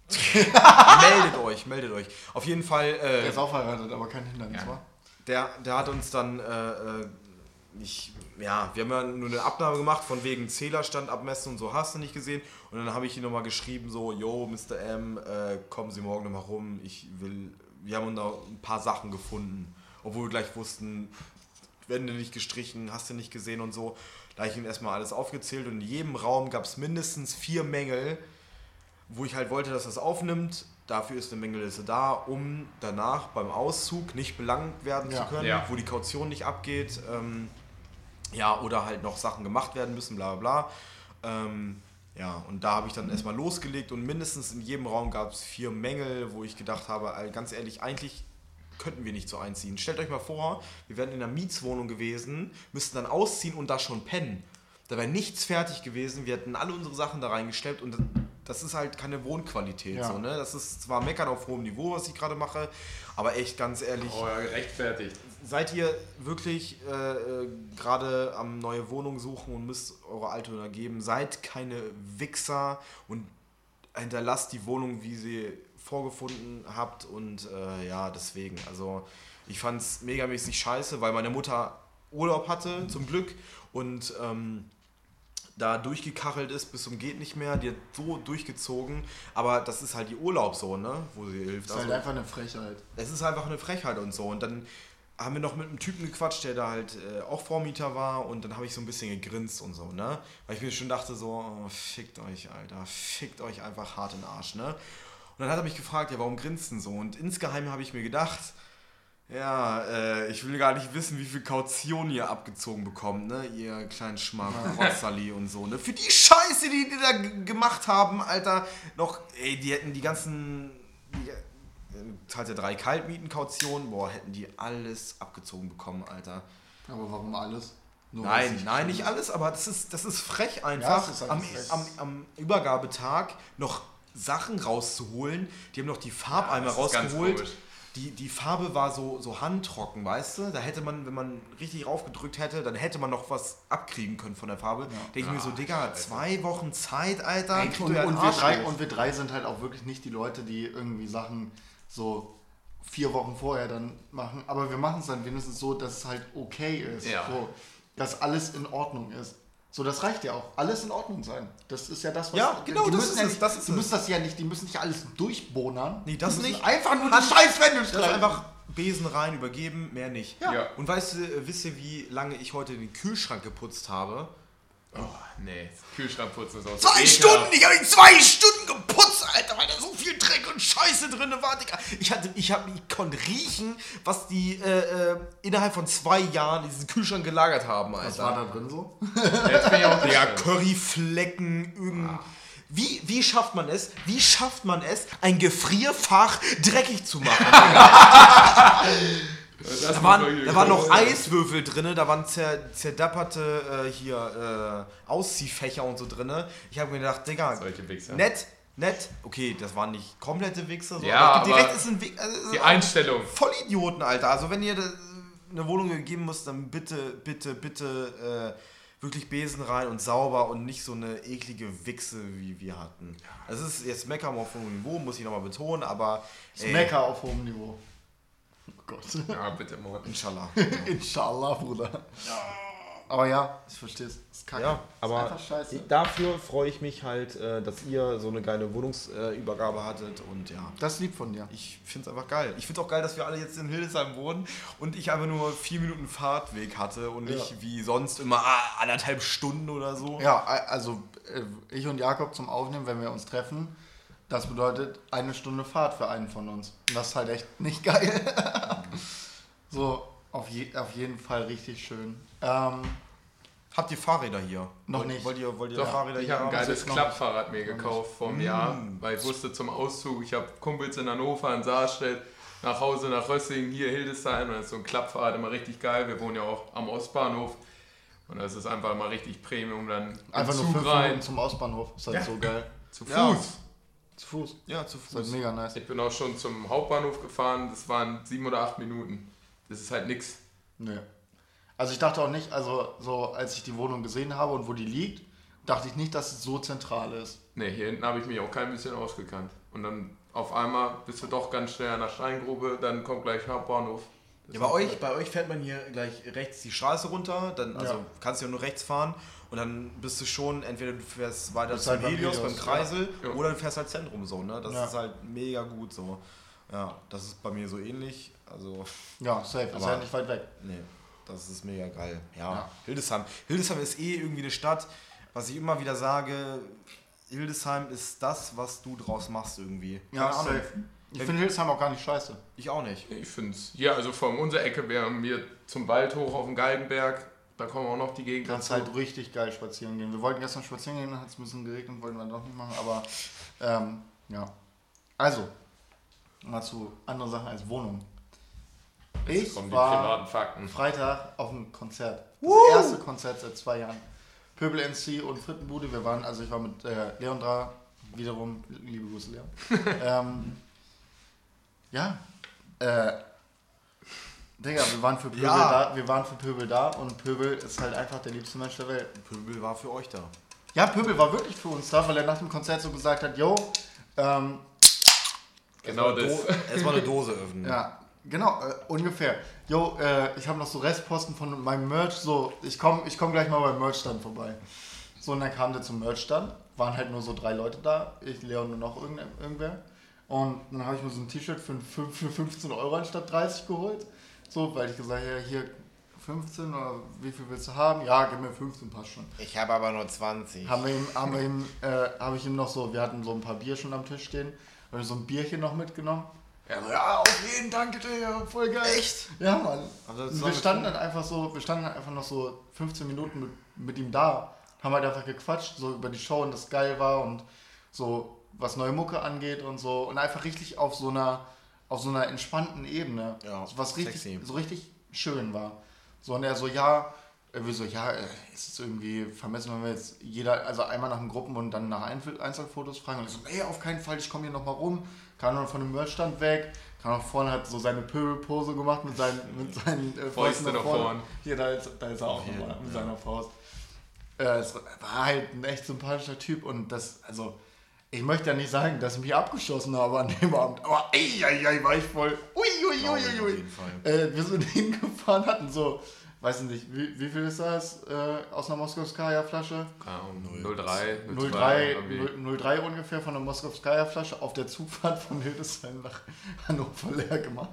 meldet euch, meldet euch. Auf jeden Fall. Äh, Der ist auch verheiratet, aber kein Hindernis, Ja. wa? Der, der hat uns dann, äh, äh, ich, ja, wir haben ja nur eine Abnahme gemacht, von wegen Zählerstand abmessen und so, hast du nicht gesehen. Und dann habe ich ihn nochmal geschrieben, so, yo, Mister M, äh, kommen Sie morgen nochmal rum, ich will, wir haben da ein paar Sachen gefunden, obwohl wir gleich wussten, Wände nicht gestrichen, hast du nicht gesehen und so. Da habe ich ihm erstmal alles aufgezählt und in jedem Raum gab es mindestens vier Mängel, wo ich halt wollte, dass das aufnimmt. Dafür ist eine Mängelliste da, um danach beim Auszug nicht belangt werden Ja. zu können, Ja. wo die Kaution nicht abgeht. Ähm, ja, oder halt noch Sachen gemacht werden müssen, bla bla bla. Ähm, ja, und da habe ich dann erstmal losgelegt und mindestens in jedem Raum gab es vier Mängel, wo ich gedacht habe, all- ganz ehrlich, eigentlich könnten wir nicht so einziehen. Stellt euch mal vor, wir wären in einer Mietswohnung gewesen, müssten dann ausziehen und da schon pennen. Da wäre nichts fertig gewesen, wir hätten alle unsere Sachen da reingestellt und das ist halt keine Wohnqualität. Ja. So, ne? Das ist zwar Meckern auf hohem Niveau, was ich gerade mache, aber echt ganz ehrlich, Oh ja, gerechtfertigt. seid ihr wirklich äh, äh, gerade am neue Wohnung suchen und müsst eure alte geben, seid keine Wichser und hinterlasst die Wohnung, wie sie vorgefunden habt und äh, ja, deswegen, also ich fand's megamäßig scheiße, weil meine Mutter Urlaub hatte, zum Glück, und ähm, da durchgekachelt ist bis zum geht nicht mehr, die hat so durchgezogen, aber das ist halt die Urlaub so, ne, wo sie hilft. Das ist halt einfach eine Frechheit. Es ist einfach eine Frechheit und so. Und dann haben wir noch mit einem Typen gequatscht, der da halt äh, auch Vormieter war, und dann habe ich so ein bisschen gegrinst und so, ne? Weil ich mir schon dachte so, oh, fickt euch, Alter, fickt euch einfach hart in den Arsch, ne? Und dann hat er mich gefragt, ja, warum grinst denn so? Und insgeheim habe ich mir gedacht, ja, äh, ich will gar nicht wissen, wie viel Kaution ihr abgezogen bekommt, ne? Ihr kleinen Schmarotz-Sali und so, ne? Für die Scheiße, die die da g- gemacht haben, Alter, noch, ey, die hätten die ganzen... Die, zahlt ja drei Kaltmietenkautionen, boah, hätten die alles abgezogen bekommen, Alter. Aber warum alles? Nur Nein, nein, nicht alles, aber das ist, das ist frech einfach, Ja, es ist halt am, frech. am, am Übergabetag noch Sachen rauszuholen. Die haben noch die Farbeimer das ist ganz rausgeholt. komisch. Die, die Farbe war so, so handtrocken, weißt du? Da hätte man, wenn man richtig raufgedrückt hätte, dann hätte man noch was abkriegen können von der Farbe. Denke ich mir so, Ah, Digga, Scheiße. zwei Wochen Zeit, Alter. Ey, kriegt und, ihr einen und, wir Arsch drei, hoch. und wir drei sind halt auch wirklich nicht die Leute, die irgendwie Sachen so vier Wochen vorher dann machen. Aber wir machen es dann wenigstens so, dass es halt okay ist. Ja. So, dass alles in Ordnung ist. So, das reicht ja auch. Alles in Ordnung sein. Das ist ja das, was... Ja, genau, die das müssen ist ja es, nicht, das ist Die es. müssen das ja nicht, die müssen nicht alles durchbohnern. Nee, das die müssen nicht. Einfach nur Hand- die Scheißwände Das ist streichen. einfach Besen rein, übergeben, mehr nicht. Ja. Ja. Und weißt du, äh, wisst ihr, wie lange ich heute den Kühlschrank geputzt habe? Oh, nee. Kühlschrank putzen ist auch so Zwei ekelhaft. Stunden! Ich habe ihn zwei Stunden geputzt, Alter, weil da so viel Dreck und Scheiße drin war, Digga. Ich, hatte, ich, hab, ich konnte riechen, was die äh, äh, innerhalb von zwei Jahren in diesen Kühlschrank gelagert haben, Alter. Was war da drin so? Jetzt bin ich auch Ja, gespannt. Curryflecken, irgend... Wie, wie schafft man es? Wie schafft man es, ein Gefrierfach dreckig zu machen? Das Da muss waren, wirklich- da waren noch Eiswürfel drin, da waren zer, zerdapperte äh, hier äh, Ausziehfächer und so drin. Ich habe mir gedacht, Digga, Solche Wichser. nett, nett. Okay, das waren nicht komplette Wichser. So, Ja, aber es gibt direkt aber ist ein Wichser. Also, Die Einstellung. Vollidioten, Alter. Also wenn ihr da eine Wohnung geben müsst, dann bitte, bitte, bitte äh, wirklich Besen rein und sauber und nicht so eine eklige Wichse, wie wir hatten. Das ist jetzt Meckern auf hohem Niveau, muss ich nochmal betonen, aber ey, Mecker auf hohem Niveau. Oh Gott. Ja, bitte, Morten. Inshallah. Inshallah, Bruder. Aber ja, ich verstehe es. Ist kacke. Ja, ist aber einfach scheiße. dafür freue ich mich halt, äh, dass ihr so eine geile Wohnungsübergabe hattet und ja. Das ist lieb von dir. Ich finde es einfach geil. Ich finde auch geil, dass wir alle jetzt in Hildesheim wohnen und ich einfach nur vier Minuten Fahrtweg hatte und nicht Ja. wie sonst immer ah, anderthalb Stunden oder so. Ja, also äh, ich und Jakob zum Aufnehmen, wenn wir uns treffen, das bedeutet eine Stunde Fahrt für einen von uns. Und das ist halt echt nicht geil. So, auf, je, auf jeden Fall richtig schön. Ähm, Habt ihr Fahrräder hier? Noch wollt, nicht. Wollt ihr, wollt ihr Doch, Fahrräder ich hier habe ein haben? geiles noch Klappfahrrad mir gekauft vor einem Jahr, Mm. weil ich wusste zum Auszug, ich habe Kumpels in Hannover, in Saarstedt, nach Hause nach Rössing, hier Hildesheim, und das ist so ein Klappfahrrad immer richtig geil. Wir wohnen ja auch am Ostbahnhof und das ist einfach mal richtig Premium, dann im einfach nur Zug fünf rein, Minuten zum Ausbahnhof. Ist halt Ja. so geil. zu Fuß. Ja. Zu Fuß. Ja, zu Ist halt Fuß. mega nice. Ich bin auch schon zum Hauptbahnhof gefahren, das waren sieben oder acht Minuten. Das ist halt nix. Nö. Also ich dachte auch nicht, also so als ich die Wohnung gesehen habe und wo die liegt, dachte ich nicht, dass es so zentral ist. Ne, hier hinten habe ich mich auch kein bisschen ausgekannt. Und dann auf einmal bist du doch ganz schnell an der Steingrube, dann kommt gleich Hauptbahnhof. Das Ja, bei ist euch, halt- bei euch fährt man hier gleich rechts die Straße runter, dann also Ja. kannst du ja nur rechts fahren und dann bist du schon, entweder du fährst weiter Bist zum halt beim Helios, beim Helios, Kreisel ja. Ja. oder du fährst halt Zentrum so, ne? Das Ja. ist halt mega gut so. Ja, das ist bei mir so ähnlich, also Ja, safe. Ist Aber- halt nicht weit weg. nee, das ist mega geil. Ja, Ja. Hildesheim. Hildesheim ist eh irgendwie eine Stadt, was ich immer wieder sage, Hildesheim ist das, was du draus machst irgendwie. Ja, Keine Ahnung. safe. Ich finde Hildesheim auch gar nicht scheiße. Ich auch nicht. Ich finde es. Ja, also von unserer Ecke, wir haben hier zum Wald hoch auf den Galgenberg. Da kommen auch noch die Gegend. Du kannst dazu. halt richtig geil spazieren gehen. Wir wollten gestern spazieren gehen, hat es ein bisschen geregnet, wollten wir doch nicht machen, aber ähm, ja. Also, mal zu anderen Sachen als Wohnung. Jetzt Ich kommen die war privaten Fakten. Freitag auf einem Konzert. Das Woo! erste Konzert seit zwei Jahren. Pöbel N C und Frittenbude. Wir waren, also ich war mit äh, Leon da, wiederum, liebe Grüße Leon. ähm, ja, äh, Digga, wir waren für Pöbel Ja. da, wir waren für Pöbel da und Pöbel ist halt einfach der liebste Mensch der Welt. Pöbel war für euch da. Ja, Pöbel war wirklich für uns da, weil er nach dem Konzert so gesagt hat, yo, ähm, Genau das. Erstmal eine Dose öffnen. ja, genau, äh, ungefähr. Yo, äh, ich habe noch so Restposten von meinem Merch, so, ich komme ich komm gleich mal beim Merchstand vorbei. So, und dann kam der zum Merchstand, waren halt nur so drei Leute da, ich, Leon und noch irgend, irgendwer. Und dann habe ich mir so ein T-Shirt für, für fünfzehn Euro anstatt dreißig geholt. So, weil ich gesagt habe, ja, hier fünfzehn oder wie viel willst du haben? Ja, gib mir fünfzehn, passt schon. Ich habe aber nur zwanzig. Haben wir ihm, haben wir ihm, äh, habe ich ihm noch so, wir hatten so ein paar Bier schon am Tisch stehen, habe ich so ein Bierchen noch mitgenommen. Ja, Ja, auf jeden Dank, Digga, voll geil. Echt? Ja, Mann. Habt ihr das Und wir zusammen standen dann einfach so, wir standen dann einfach noch so fünfzehn Minuten mit, mit ihm da, haben halt einfach gequatscht, so über die Show und das geil war und so, was neue Mucke angeht und so und einfach richtig auf so einer, auf so einer entspannten Ebene, Ja, was richtig, sexy. so richtig schön war. So, und er so, ja, wir so, ja, ist es irgendwie vermessen, wenn wir jetzt jeder, also einmal nach den Gruppen und dann nach Einzel- Einzelfotos fragen. Und ich so, nee, auf keinen Fall, ich komme hier nochmal rum. Kam dann von dem Merchstand weg, kam nach vorne, hat so seine Pöbelpose gemacht mit seinen, mit seinen äh, Fäuste nach vorne. Hier, da ist, da ist er auch Hier, nochmal mit ja. seiner Faust. Äh, es war halt ein echt sympathischer Typ und das, also, ich möchte ja nicht sagen, dass ich mich abgeschossen habe an dem Abend, aber ey, ey, ey, war ich voll, ui, ui, Glaube ui, ich ui, auf ui. jeden Fall. Äh, wir sind hingefahren, hatten so, weiß nicht, wie, wie viel ist das äh, aus einer Moskowskaja-Flasche? null drei null Komma drei ungefähr von der Moskowskaja-Flasche auf der Zugfahrt von Hildesheim nach Hannover leer gemacht.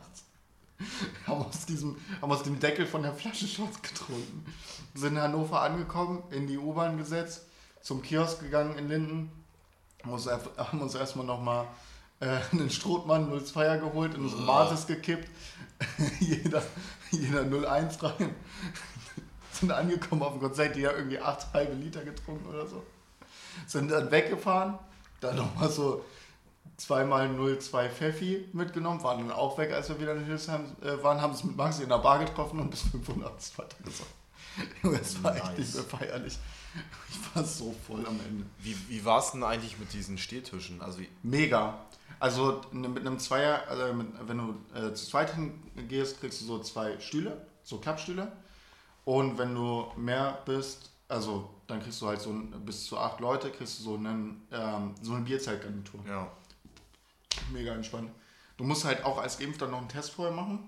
Haben aus, diesem, haben aus dem Deckel von der Flasche Shots getrunken. Sind in Hannover angekommen, in die U-Bahn gesetzt, zum Kiosk gegangen in Linden, haben uns, erf- haben uns erstmal nochmal äh, einen Strothmann null zweier geholt, in unsere Matis gekippt, jeder, jeder null eins rein. Sind angekommen auf dem Konzert, die ja irgendwie acht halbe Liter getrunken oder so. Sind dann weggefahren, dann nochmal so zweimal null zwei Pfeffi mitgenommen, waren dann auch weg, als wir wieder in Hildesheim äh, waren, haben es mit Maxi in der Bar getroffen und bis fünf Uhr nachts weitergesoffen. Das war echt Nice. nicht mehr feierlich. Ich war so voll am Ende. Wie, wie war es denn eigentlich mit diesen Stehtischen? Also, Mega. Also mit einem Zweier, also mit, wenn du äh, zu zweit hingehst, kriegst du so zwei Stühle, so Klappstühle. Und wenn du mehr bist, also dann kriegst du halt so ein, bis zu acht Leute, kriegst du so, einen, ähm, so eine Bierzeltgarnitur. ja. Mega entspannt. Du musst halt auch als Geimpfter noch einen Test vorher machen.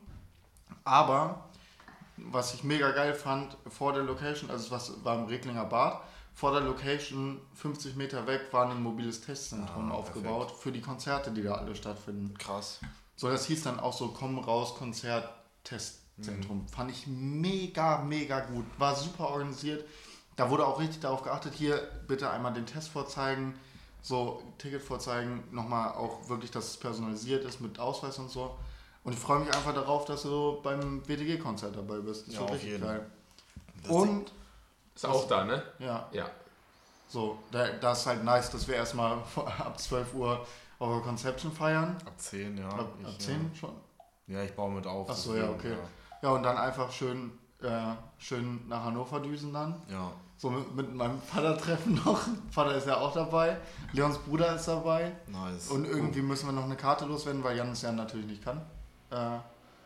Aber was ich mega geil fand, vor der Location, also was war im Recklinger Bad, vor der Location fünfzig Meter weg war ein mobiles Testzentrum Ah, aufgebaut für die Konzerte, die da alle stattfinden. Krass. So, das hieß dann auch so Komm raus Konzert Testzentrum. Mhm. Fand ich mega, mega gut. War super organisiert. Da wurde auch richtig darauf geachtet, hier bitte einmal den Test vorzeigen, so Ticket vorzeigen, nochmal auch wirklich, dass es personalisiert ist mit Ausweis und so. Und ich freue mich einfach darauf, dass du beim W T G-Konzert dabei bist. Das Ja, wird auf richtig jeden. geil. Das Und, Ist auch da, ne? ja, Ja. so, da, das ist halt nice, dass wir erstmal ab zwölf Uhr eure Conception feiern. Ab zehn, ja. Ab, ab Ich, zehn schon? Ja, ich baue mit auf. Achso, ja, okay. Ja, und dann einfach schön, äh, schön nach Hannover düsen dann. Ja. So mit, mit meinem Vater treffen noch. Vater ist ja auch dabei. Leons Bruder ist dabei. Nice. Und irgendwie müssen wir noch eine Karte loswerden, weil Jan es ja natürlich nicht kann. Äh,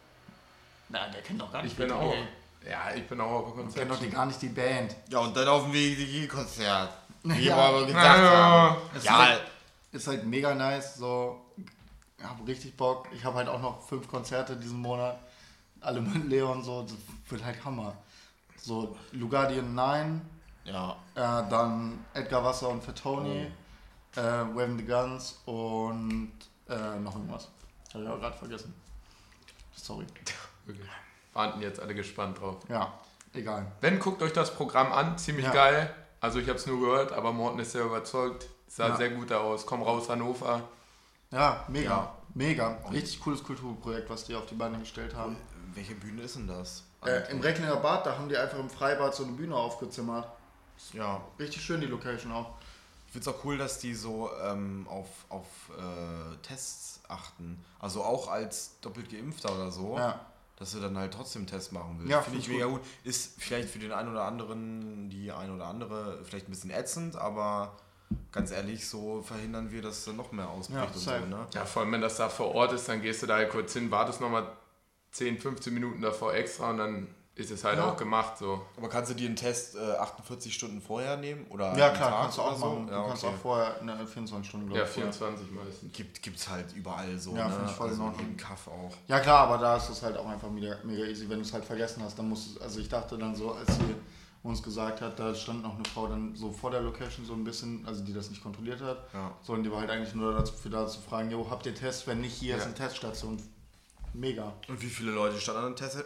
na, der kennt doch gar nicht Ich bin die auch. Band. Ja, ich bin auch auf dem Der kennt doch die, Konzert. gar nicht die Band. Ja, und dann auf dem W T G-Konzert. Wie Ja. wir aber gesagt Ja. haben. Es Ja, ist, halt, ist halt mega nice. So, ich hab richtig Bock. Ich habe halt auch noch fünf Konzerte diesen Monat. Alle mit Leon so. Das wird halt Hammer. So, Lugardian neun. ja. Äh, dann Edgar Wasser und Fatoni, Oh. äh, Waving the Guns und äh, noch irgendwas. Habe ich auch gerade vergessen. Sorry. Okay. Warten jetzt alle gespannt drauf. Ja, egal. Wenn, guckt euch das Programm an, ziemlich Ja. geil. Also ich habe es nur gehört, aber Morten ist sehr überzeugt. Sah Ja. sehr gut aus. Komm raus, Hannover. Ja, mega. Ja. Mega. Richtig cooles Kulturprojekt, was die auf die Beine gestellt haben. Welche Bühne ist denn das? Äh, Im Recklinger Bad, da haben die einfach im Freibad so eine Bühne aufgezimmert. Ja. Richtig schön die Location auch. Ich finde es auch cool, dass die so ähm, auf, auf äh, Tests achten. Also auch als doppelt Geimpfter oder so. Ja. Dass du dann halt trotzdem einen Test machen willst. Ja, finde ich find ich mega gut. Ist vielleicht für den einen oder anderen, die ein oder andere, vielleicht ein bisschen ätzend, aber ganz ehrlich, so verhindern wir, dass da noch mehr ausbricht Ja, und safe. so, ne? Ja, vor allem wenn das da vor Ort ist, dann gehst du da halt kurz hin, wartest nochmal zehn, fünfzehn Minuten davor extra und dann ist es halt Ja. auch gemacht. So. Aber kannst du dir einen Test äh, achtundvierzig Stunden vorher nehmen? Oder Ja einen klar, Tag kannst du auch oder so? machen. Du Ja, kannst okay. auch vorher eine vierundzwanzig Stunden, glaube Ja, ich, vorher. vierundzwanzig meistens. Gibt gibt's halt überall so, Ja, ne? find ich voll in also in Ordnung. jedem Kaff auch. Ja klar, aber da ist es halt auch einfach mega, mega easy, wenn du es halt vergessen hast, dann musst du, also ich dachte dann so, als sie uns gesagt hat, da stand noch eine Frau dann so vor der Location so ein bisschen, also die das nicht kontrolliert hat, Ja. so und die war halt eigentlich nur dazu, für da zu fragen, jo, habt ihr Tests, wenn nicht, hier Ja. ist eine Teststation. Mega. Und wie viele Leute standen an der Test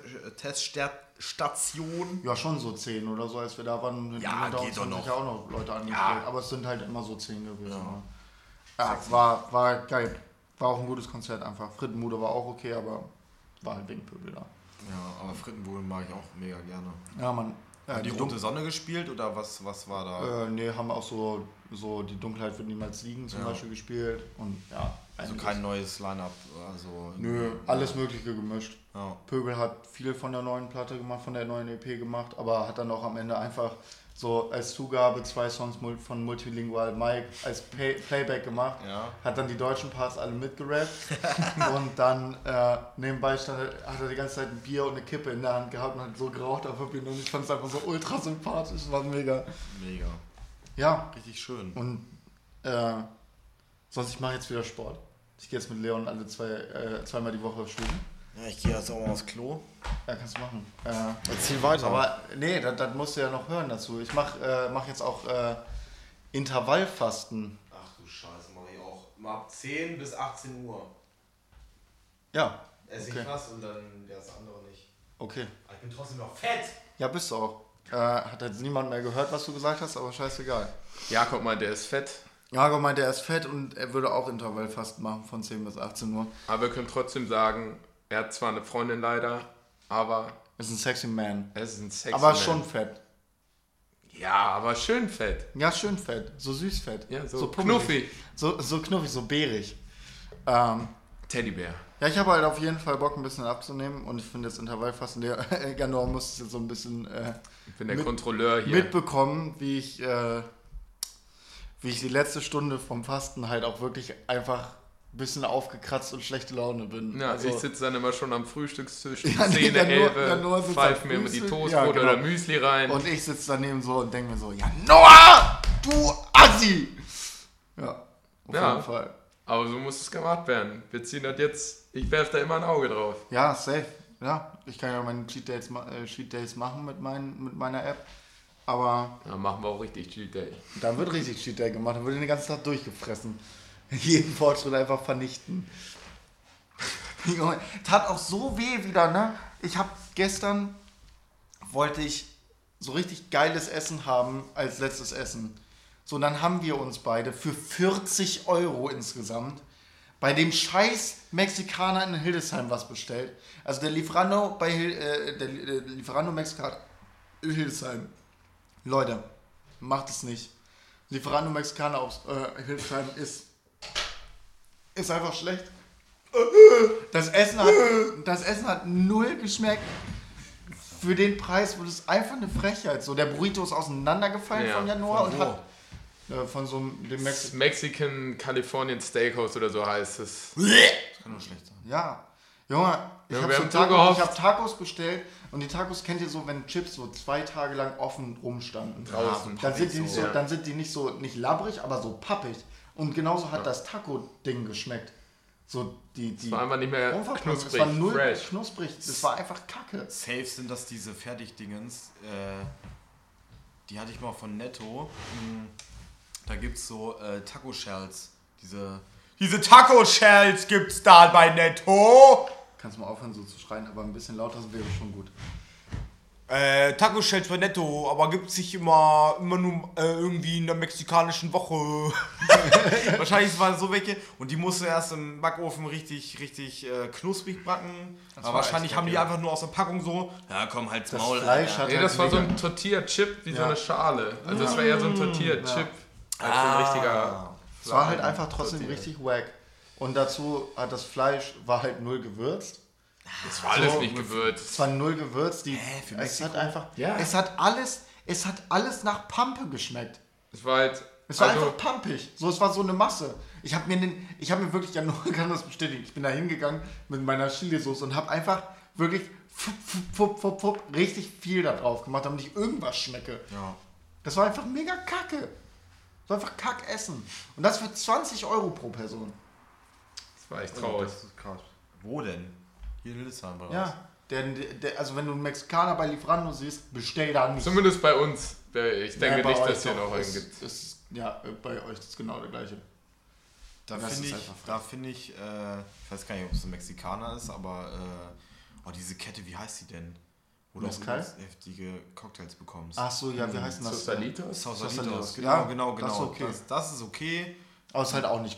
Teststation? Ja, schon so zehn oder so, als wir da waren, Ja, hinter geht uns doch haben noch. sich ja auch noch Leute angestellt, Ja. aber es sind halt immer so zehn gewesen. Ja. Ja, ja war, war geil. War auch ein gutes Konzert einfach. Frittenmude war auch okay, aber war halt wegen Pöbel da. Ja, aber Frittenbude mag ich auch mega gerne. Ja, Mann. Ja, Haben die, die rote Dun- Sonne gespielt oder was, was war da? Äh, nee, haben auch so, so die Dunkelheit wird niemals liegen zum Ja. Beispiel gespielt. Und ja, Also einiges. kein neues Line-Up. Also Nö, alles Mögliche gemischt. Ja. Pöbel hat viel von der neuen Platte gemacht, von der neuen E P gemacht, aber hat dann auch am Ende einfach so als Zugabe zwei Songs mul- von Multilingual Mike als Pay- Playback gemacht. Ja. Hat dann die deutschen Parts alle mitgerappt und dann äh, nebenbei stand, er- hat er die ganze Zeit ein Bier und eine Kippe in der Hand gehabt und hat so geraucht auf der Bühne und ich fand es einfach so ultra sympathisch, war mega. Mega. Ja, Richtig schön. und äh, sonst ich mache jetzt wieder Sport. Ich gehe jetzt mit Leon alle zwei, äh, zweimal die Woche schwimmen. Ja, ich gehe jetzt auch mal aufs Klo. Ja, kannst du machen. Äh, Erzähl weiter. aber nee, das, das musst du ja noch hören dazu. Ich mache äh, mach jetzt auch äh, Intervallfasten. Ach du Scheiße, mache ich auch. Mal ab zehn bis achtzehn Uhr. Ja, Esse Okay. ich was und dann das andere nicht. okay. Aber ich bin trotzdem noch fett. Ja, bist du auch. Äh, hat jetzt niemand mehr gehört, was du gesagt hast, aber scheißegal. Jakob meint, der ist fett. Jago meinte, er ist fett und er würde auch Intervallfasten machen von zehn bis achtzehn Uhr. Aber wir können trotzdem sagen, er hat zwar eine Freundin leider, aber Ist ein sexy Man. er ist ein sexy Aber Man. schon fett. Ja, aber schön fett. Ja, schön fett. So süß fett. Ja, so, pummelig. knuffig. So, so knuffig, so bärig. Ähm, Teddybär. ja, ich habe halt auf jeden Fall Bock, ein bisschen abzunehmen und ich finde jetzt Intervallfasten, der Ganor muss es jetzt so ein bisschen äh, Ich bin der Mit- Kontrolleur hier. mitbekommen, wie ich, äh, wie ich die letzte Stunde vom Fasten halt auch wirklich einfach ein bisschen aufgekratzt und schlechte Laune bin. Ja, also, ich sitze dann immer schon am Frühstückstisch, Ja, nee, zehn, der Noah- der elf, Noah sitzt pfeife am mir immer die Frühstück. Toastbrot Ja, genau. oder Müsli rein. Und ich sitze daneben so und denke mir so, ja Noah, du Assi! Ja, auf Ja. jeden Fall. Aber so muss es gemacht werden. Wir ziehen das jetzt, ich werfe da immer ein Auge drauf. Ja, safe. Ja, ich kann ja meine Cheat Days, ma- äh, Cheat Days machen mit, mein, mit meiner App. Aber Dann machen wir auch richtig Cheat Day. dann wird richtig Cheat Day gemacht. Dann wird den ganzen Tag durchgefressen. Jeden Fortschritt einfach vernichten. Junge, tat auch so weh wieder, ne? Ich habe gestern, wollte ich so richtig geiles Essen haben als letztes Essen. So, und dann haben wir uns beide für vierzig Euro insgesamt bei dem scheiß Mexikaner in Hildesheim was bestellt. Also der Lieferando bei Hil- äh, der, der Lieferando Mexikaner in Hildesheim. Leute, macht es nicht. Lieferando Mexikaner aus äh, Hildesheim ist ist einfach schlecht. Das Essen hat das Essen hat null geschmeckt. Für den Preis wurde es einfach eine Frechheit. So, der Burrito ist auseinandergefallen Ja, von Januar von und wo? hat äh, von so einem dem Mex Das Mexican Californian Steakhouse oder so heißt es. Das kann nur schlecht sein. Ja, Junge, ich Ja, habe wir so haben so Tacos, gehofft. ich hab Tacos bestellt und die Tacos kennt ihr so, wenn Chips so zwei Tage lang offen rumstanden. Draußen. Dann sind die nicht so, Ja. dann sind die nicht so nicht labbrig, aber so pappig. Und genauso hat das Taco-Ding geschmeckt. So die die Es war einfach nicht mehr Unverpackt. Es knusprig, war null fresh. knusprig. Das war einfach Kacke. Safe sind das diese Fertigdingens. Äh, die hatte ich mal von Netto. Hm, Da gibt's so äh, Taco-Shells. Diese, diese Taco-Shells gibt's da bei Netto. Kannst mal aufhören so zu schreien, aber ein bisschen lauter wäre schon gut. Äh, Taco-Shells bei Netto, aber gibt's nicht immer, immer nur äh, irgendwie in der mexikanischen Woche. Wahrscheinlich waren so welche. Und die musst du erst im Backofen richtig, richtig äh, knusprig backen. Das Aber war wahrscheinlich echt haben die lecker. einfach nur aus der Packung so, ja komm, halt's Das Maul. Fleisch Alter. hat Nee, halt das war so mega- ein Tortilla-Chip wie so Ja. eine Schale. Also das war eher so ein Tortilla-Chip. Als so ein richtiger. Es war halt einfach trotzdem Tortilla. richtig wack. Und dazu hat das Fleisch war halt null gewürzt. Das war alles So, nicht Es gewürzt. war null gewürzt. Die, Hä, für es hat Mexiko? einfach, Ja. es hat alles, es hat alles nach Pampe geschmeckt. Es war halt. Es war also, einfach pampig. So, es war so eine Masse. Ich habe mir den, ich habe mir wirklich, ja, nur kann das bestätigen. Ich bin da hingegangen mit meiner Chili-Soße und habe einfach wirklich fupp, fupp, fupp, fupp, fupp, richtig viel da drauf gemacht, damit ich irgendwas schmecke. Ja. Das war einfach mega kacke. Das war einfach Kackessen. Und das für zwanzig Euro pro Person. das war echt traurig. Das ist krass. Wo denn? Hier in Hildesheim oder was? Ja. Der, der, also wenn du einen Mexikaner bei Lieferando siehst, bestell da nicht. Zumindest bei uns. Ich denke Ja, bei nicht, euch dass hier doch. noch einen Es- gibt. es ist- Ja, äh, bei euch ist es genau der gleiche. Da Das finde ist ich, einfach frech. da finde ich, äh, ich weiß gar nicht, ob es ein Mexikaner ist, aber äh, oh, diese Kette, wie heißt die denn? Wo du auch Mezcal? ganz heftige Cocktails bekommst. Ach so, ja, wie heißt denn das? Sausalitos? Sausalitos, Sausalitos. genau, Ja, genau, genau. das ist okay. Das, das ist okay. Aber ist halt auch nicht gut.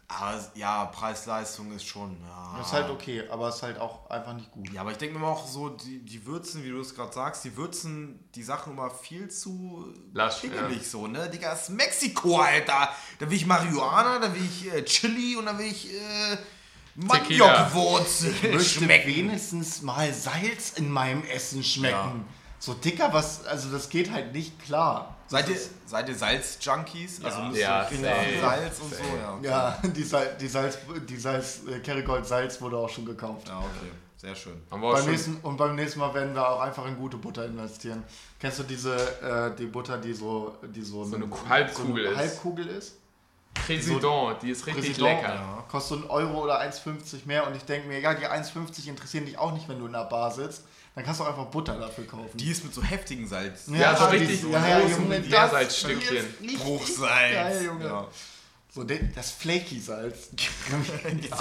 Aber ja, Preis-Leistung ist schon. Ja. Das ist halt okay, aber es ist halt auch einfach nicht gut. Ja, aber ich denke mir auch so, die, die Würzen, wie du es gerade sagst, die würzen die Sachen immer viel zu lasch, pingelig ja. so, ne? Digga, das ist Mexiko, Alter. Da will ich Marihuana, da will ich äh, Chili und da will ich äh, Maniokwurzel Ich möchte schmecken. wenigstens mal Salz in meinem Essen schmecken. Ja. So dicker, was, also das geht halt nicht klar. Seid ihr, seid ihr Salz-Junkies? Also müsst ihr Ja, richtig safe. viel Salz und so? Ja, okay. Ja, die, Sal die Salz, die Salz, äh, Kerrygold Salz wurde auch schon gekauft. Ja, okay. Sehr schön. Haben wir auch Beim schon, nächsten, und beim nächsten Mal werden wir auch einfach in gute Butter investieren. Kennst du diese, äh, die Butter, die so, die so, So eine Halbkugel so eine ist. Halbkugel ist? Präsident, die ist richtig Präsident, lecker. Ja. Kostet so einen Euro oder eins fünfzig mehr und ich denke mir, egal, die eins fünfzig interessieren dich auch nicht, wenn du in der Bar sitzt. Dann kannst du auch einfach Butter dafür kaufen. Die ist mit so heftigen Salz. Ja, so die- richtig ja, ja, großen Junge, Meersalzstückchen. das ist richtig Bruchsalz. geil, Junge. Ja. So de- das Flaky-Salz. Ja.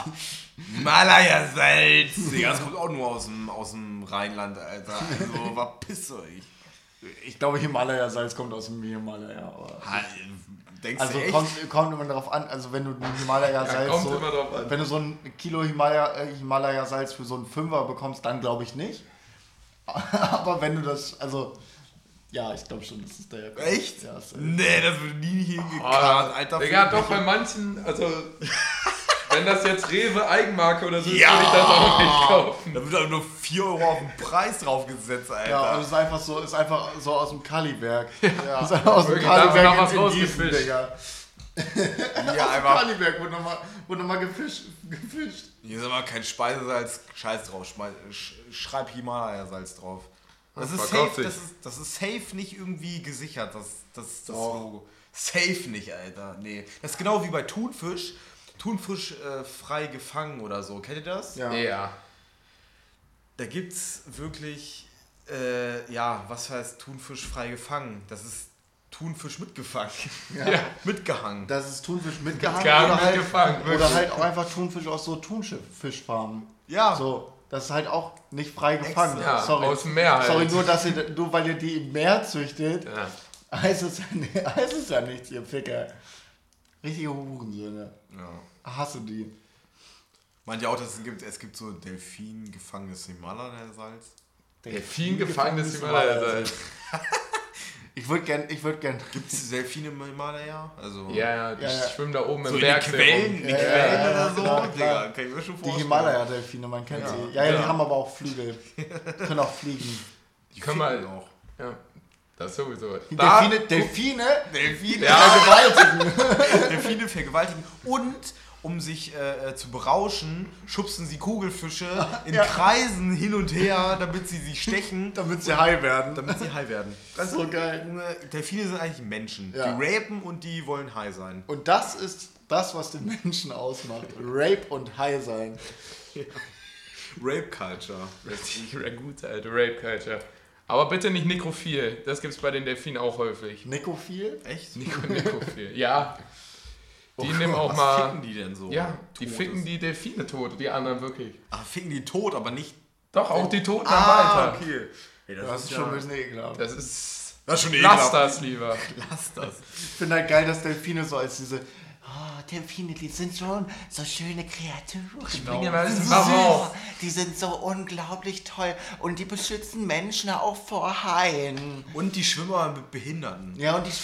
Himalaya-Salz. Digga, das kommt auch nur aus dem, aus dem Rheinland, Alter. Also, verpiss euch. Ich glaube, Himalaya-Salz kommt aus dem Himalaya. Aber Ha, Denkst also du echt? kommt, kommt immer darauf an, also wenn du ein Ja, Himalaya-Salz, kommt so, immer drauf an. wenn du so ein Kilo Himalaya, äh, Himalaya-Salz für so einen Fünfer bekommst, dann glaube ich nicht. Aber wenn du das, also, ja, ich glaube schon, das ist der. Echt? Ja, safe. Nee, das wird nie hingekarrt, Oh, Alter. Digga, Für- doch bei manchen, also wenn das jetzt Rewe Eigenmarke oder so ist, Ja. würde ich das auch nicht kaufen. Da wird aber nur vier Euro auf den Preis draufgesetzt, Alter. Ja, und es ist einfach so, ist einfach so aus dem Kaliberg. Ja. Ist einfach aus dem Wirklich, da haben wir noch was Kaliberg in Gießen, rausgefischt. Digga. ja, Aus dem einfach. Kaliberg wurde nochmal wurde noch mal gefischt, gefischt. Hier ist aber kein Speisesalz, Scheiß drauf. Schmei- sch- Schreib Himalaya-Salz drauf. Das ist, Verkauft safe, sich. das, ist, das ist safe nicht irgendwie gesichert, das, das, das Doch. Logo. Safe nicht, Alter. Nee. Das ist genau wie bei Thunfisch. Thunfisch äh, frei gefangen oder so. Kennt ihr das? Ja. Ja. Da gibt's wirklich, äh, ja, was heißt Thunfisch frei gefangen? Das ist Thunfisch mitgefangen. Ja. Ja. Mitgehangen. Das ist Thunfisch mitgehangen Gar oder, halt, mitgefangen, oder wirklich. halt auch einfach Thunfisch aus so Thunfischfarmen. Ja. So, das ist halt auch nicht frei gefangen. Ja, Sorry. aus dem Meer halt. Sorry, nur, dass ihr, nur weil ihr die im Meer züchtet, Ja. heißt es, ja- heißt es ja nichts, ihr Ficker. Richtige Hurensöhne. Ja. Hasse die. Meint ihr auch, dass es gibt, es gibt so Delfin gefangenes Himalaya-Salz? Delfin gefangenes Himalaya-Salz. Ich würde gern, ich würde gern. Gibt es Delfine im Himalaya? Also Ja, ja, die Ja, ja. schwimmen da oben so im in Berg. die Quellen, in die Ja, Quellen ja, ja, oder so? klar, klar. Digga, kann ich mir schon Die vorstellen. Himalaya-Delfine, man kennt Ja. sie. Ja, ja, die Ja. haben aber auch Flügel. Können auch fliegen. Die Können wir- ficken auch. Ja, das sowieso. Da- Delfine, Delfine Delfine, Ja. vergewaltigen. Delfine vergewaltigen und um sich äh, äh, zu berauschen, schubsen sie Kugelfische in Ja. Kreisen hin und her, damit sie sie stechen, Damit sie high werden. damit sie high werden. Das ist so geil. Junge, Delfine sind eigentlich Menschen. Ja. Die rapen und die wollen high sein. Und das ist das, was den Menschen ausmacht. Rape und High sein. Rape Culture. Richtig gut, alte Rape Culture. Aber bitte nicht nekrophil. Das gibt's bei den Delfinen auch häufig. Nekophil? Echt? Nico, nekrophil. Ja. Die Oh, nehmen auch was mal. ficken die denn so? Ja, die Totes? ficken die Delfine tot, die anderen wirklich. Ach, ficken die tot, aber nicht... Doch, auch die Toten Ah, weiter. okay. Hey, Das ist schon ein bisschen ekelhaft. Das ist. Das ist schon Lass ekelhaft. das lieber. Lass das. Ich finde halt geil, dass Delfine so als diese. Oh, Delfine, die sind schon so schöne Kreaturen. Springen mal Die ins sind Wasser so auf. süß. Die sind so unglaublich toll und die beschützen Menschen auch vor Haien. Und die Schwimmer mit Behinderten. Ja, und die,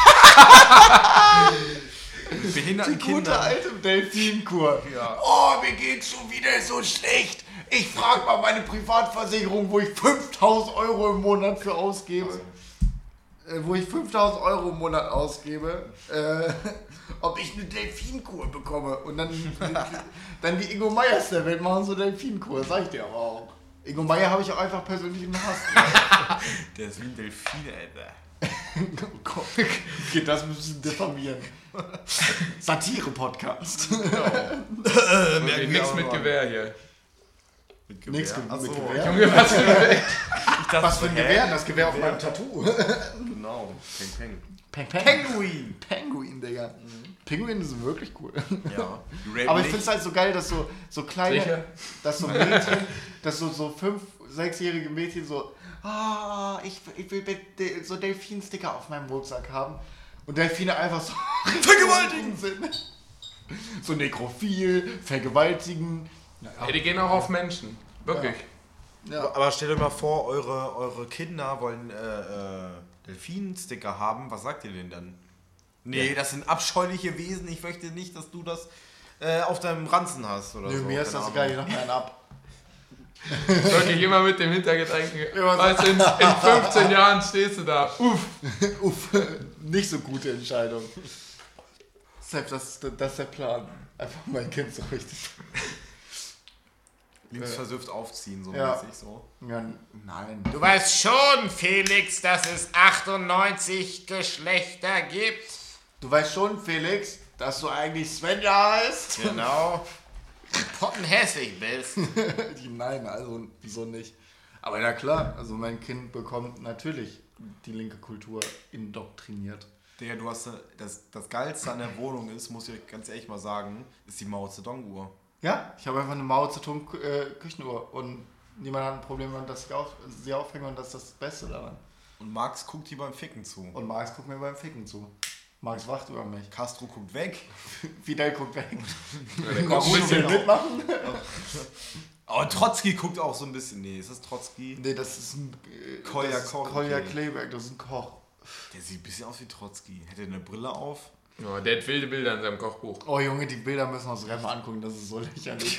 Behinderten die gute Kinder. alte Delfinkur. Ja. Oh, mir geht's schon wieder so schlecht. Ich frage mal meine Privatversicherung, wo ich fünftausend Euro im Monat für ausgebe. Äh, wo ich fünftausend Euro im Monat ausgebe, äh, ob ich eine Delfinkur bekomme. Und dann, dann die Ingo Meyers der Welt machen so Delfinkur, sag ich dir aber auch. Ingo Meyer habe ich auch einfach persönlich im Hass. Der ist wie ein Delfin, Alter. Okay, das müssen wir diffamieren. Satire-Podcast. Okay, nix mit Gewehr hier. Mit Gewehr. Nichts mit Ach so. Gewehr. Junge, was für ein Gewehr? Ich dachte, Was für ein hä? Gewehr? Das Gewehr auf meinem Tattoo. Genau. Peng, peng. Peng, peng. Penguin. Penguin, Digga. Pinguine sind wirklich cool. Ja. Die rapen Aber ich nicht. finde es halt so geil, dass so, so kleine, Sicher? dass so Mädchen, dass so, so fünf, sechsjährige Mädchen so, ah, ich, ich will bitte so Delfinsticker auf meinem Rucksack haben. Und Delfine einfach so Vergewaltigen! sind. So nekrophil, vergewaltigen. Ja, ja. Die gehen auch auf Menschen. Wirklich. Ja. Ja. Aber stellt euch mal vor, eure, eure Kinder wollen äh, äh, Delfin-Sticker haben. Was sagt ihr denen dann? Nee, ja. Das sind abscheuliche Wesen. Ich möchte nicht, dass du das äh, auf deinem Ranzen hast. Oder nee, so. Mir ist das egal, ich noch einen ab. Wirklich immer mit dem Hintergedanken. Weißt du, in, in fünfzehn Jahren stehst du da. Uff. Uff. Nicht so gute Entscheidung. Selbst das, das ist der Plan. Einfach mein Kind so richtig. Linksversüfft aufziehen, so ja. mäßig so. Ja, nein. Du weißt schon, Felix, dass es achtundneunzig Geschlechter gibt. Du weißt schon, Felix, dass du eigentlich Svenja heißt? Genau. Und pottenhässlich bist. Nein, also wieso nicht? Aber ja klar, also mein Kind bekommt natürlich die linke Kultur indoktriniert. Digga, du hast das, das Geilste an der Wohnung ist, muss ich ganz ehrlich mal sagen, ist die Mao Zedong-Uhr. Ja, ich habe einfach eine Mao Zedong äh, Küchenuhr und niemand hat ein Problem damit, dass ich auf, sie aufhänge und das ist das Beste daran. Und Max guckt hier beim Ficken zu. Und Max guckt mir beim Ficken zu. Max wacht über mich. Castro guckt weg. Fidel guckt weg. Ja, der guckt ein bisschen mitmachen. Aber Trotzki guckt auch so ein bisschen. Nee, ist das Trotzki? Nee, das ist ein äh, Kolja das ist Koch. Kolja Okay. Kleberg, das ist ein Koch. Der sieht ein bisschen aus wie Trotzki. Hätte er eine Brille auf? Ja, der hat wilde Bilder in seinem Kochbuch. Oh Junge, die Bilder müssen wir uns einfach angucken, das ist so lächerlich.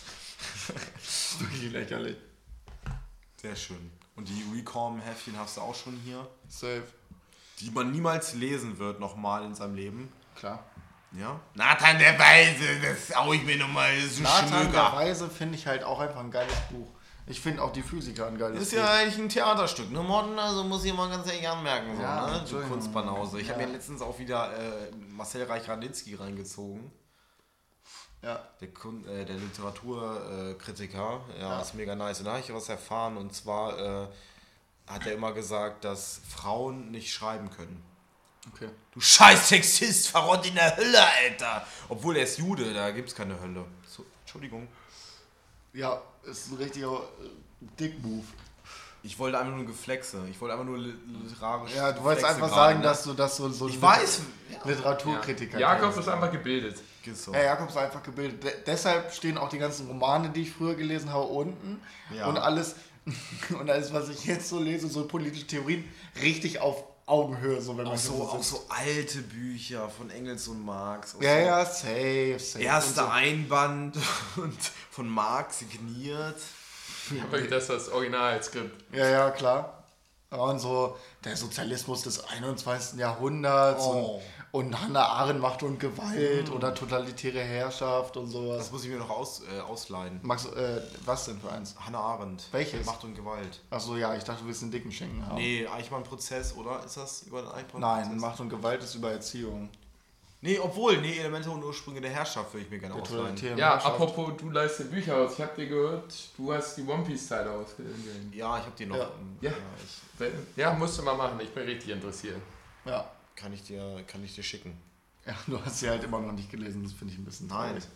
Das ist wirklich lächerlich. Sehr schön. Und die Recom-Heftchen hast du auch schon hier. Safe. Die man niemals lesen wird nochmal in seinem Leben. Klar. Ja? Nathan der Weise, das hau ich mir nochmal, das ist ein Nathan der Schmöger. Weise finde ich halt auch einfach ein geiles Buch. Ich finde auch die Physiker ein geiles Ist Buch. ja eigentlich ein Theaterstück, ne Morten? Also muss ich mal ganz ehrlich anmerken, so, Ja, ne? Du Entschuldigung. Kunstbanause. Ich Ja. habe mir letztens auch wieder äh, Marcel Reich-Ranicki reingezogen. Ja. Der, Kun äh, der Literaturkritiker. Äh, ja, Ja. ist mega nice. Und da habe ich was erfahren. Und zwar äh, hat er immer gesagt, dass Frauen nicht schreiben können. Okay. Du scheiß Sexist, verrott in der Hölle, Alter. Obwohl er ist Jude, da gibt's keine Hölle. So, Entschuldigung. Ja, ist ein richtiger äh, Dick-Move. Ich wollte einfach nur Geflexe. Ich wollte einfach nur li- literarisch. Ja, du wolltest Geflexe einfach gerade, sagen, ne? dass du das so, so Ich ein weiß. Ja. Literaturkritiker Jakob bist. ist einfach gebildet. Geht so. Ja, Jakob ist einfach gebildet. De deshalb stehen auch die ganzen Romane, die ich früher gelesen habe, unten. Ja. Und alles, und alles, was ich jetzt so lese, so politische Theorien, richtig auf Augenhöhe, so wenn man Auch so, so auch sitzt. so alte Bücher von Engels und Marx. Auch Ja, so ja, safe, safe. Erster Und so. Einband und von Marx signiert. Ja, wirklich, das ist das Originalskript. Ja, ja, klar. Und so der Sozialismus des einundzwanzigsten Jahrhunderts Oh. und, und Hannah Arendt, Macht und Gewalt oder totalitäre Herrschaft und sowas. Das muss ich mir noch aus, äh, ausleihen. Max, äh, was denn für eins? Hannah Arendt. Welches? Macht und Gewalt. Achso, ja, ich dachte, du willst einen dicken Schenken haben. Nee, Eichmann-Prozess, oder? Ist das über den Eichmann-Prozess? Nein, Macht und Gewalt ist über Erziehung. Nee, obwohl, nee, Elemente und Ursprünge der Herrschaft würde ich mir gerne Der ausleihen. totalitären Ja, Herrschaft. apropos, du leihst dir Bücher aus. Ich hab dir gehört, du hast die One Piece Teile ausgeliehen. Ja, ich habe die noch. Ja. ähm, Ja. ich, Ja, musst du mal machen. Ich bin richtig interessiert. Ja. kann, ich dir, kann ich dir schicken. Ja, du hast sie halt immer noch nicht gelesen, das finde ich ein bisschen Nein. traurig.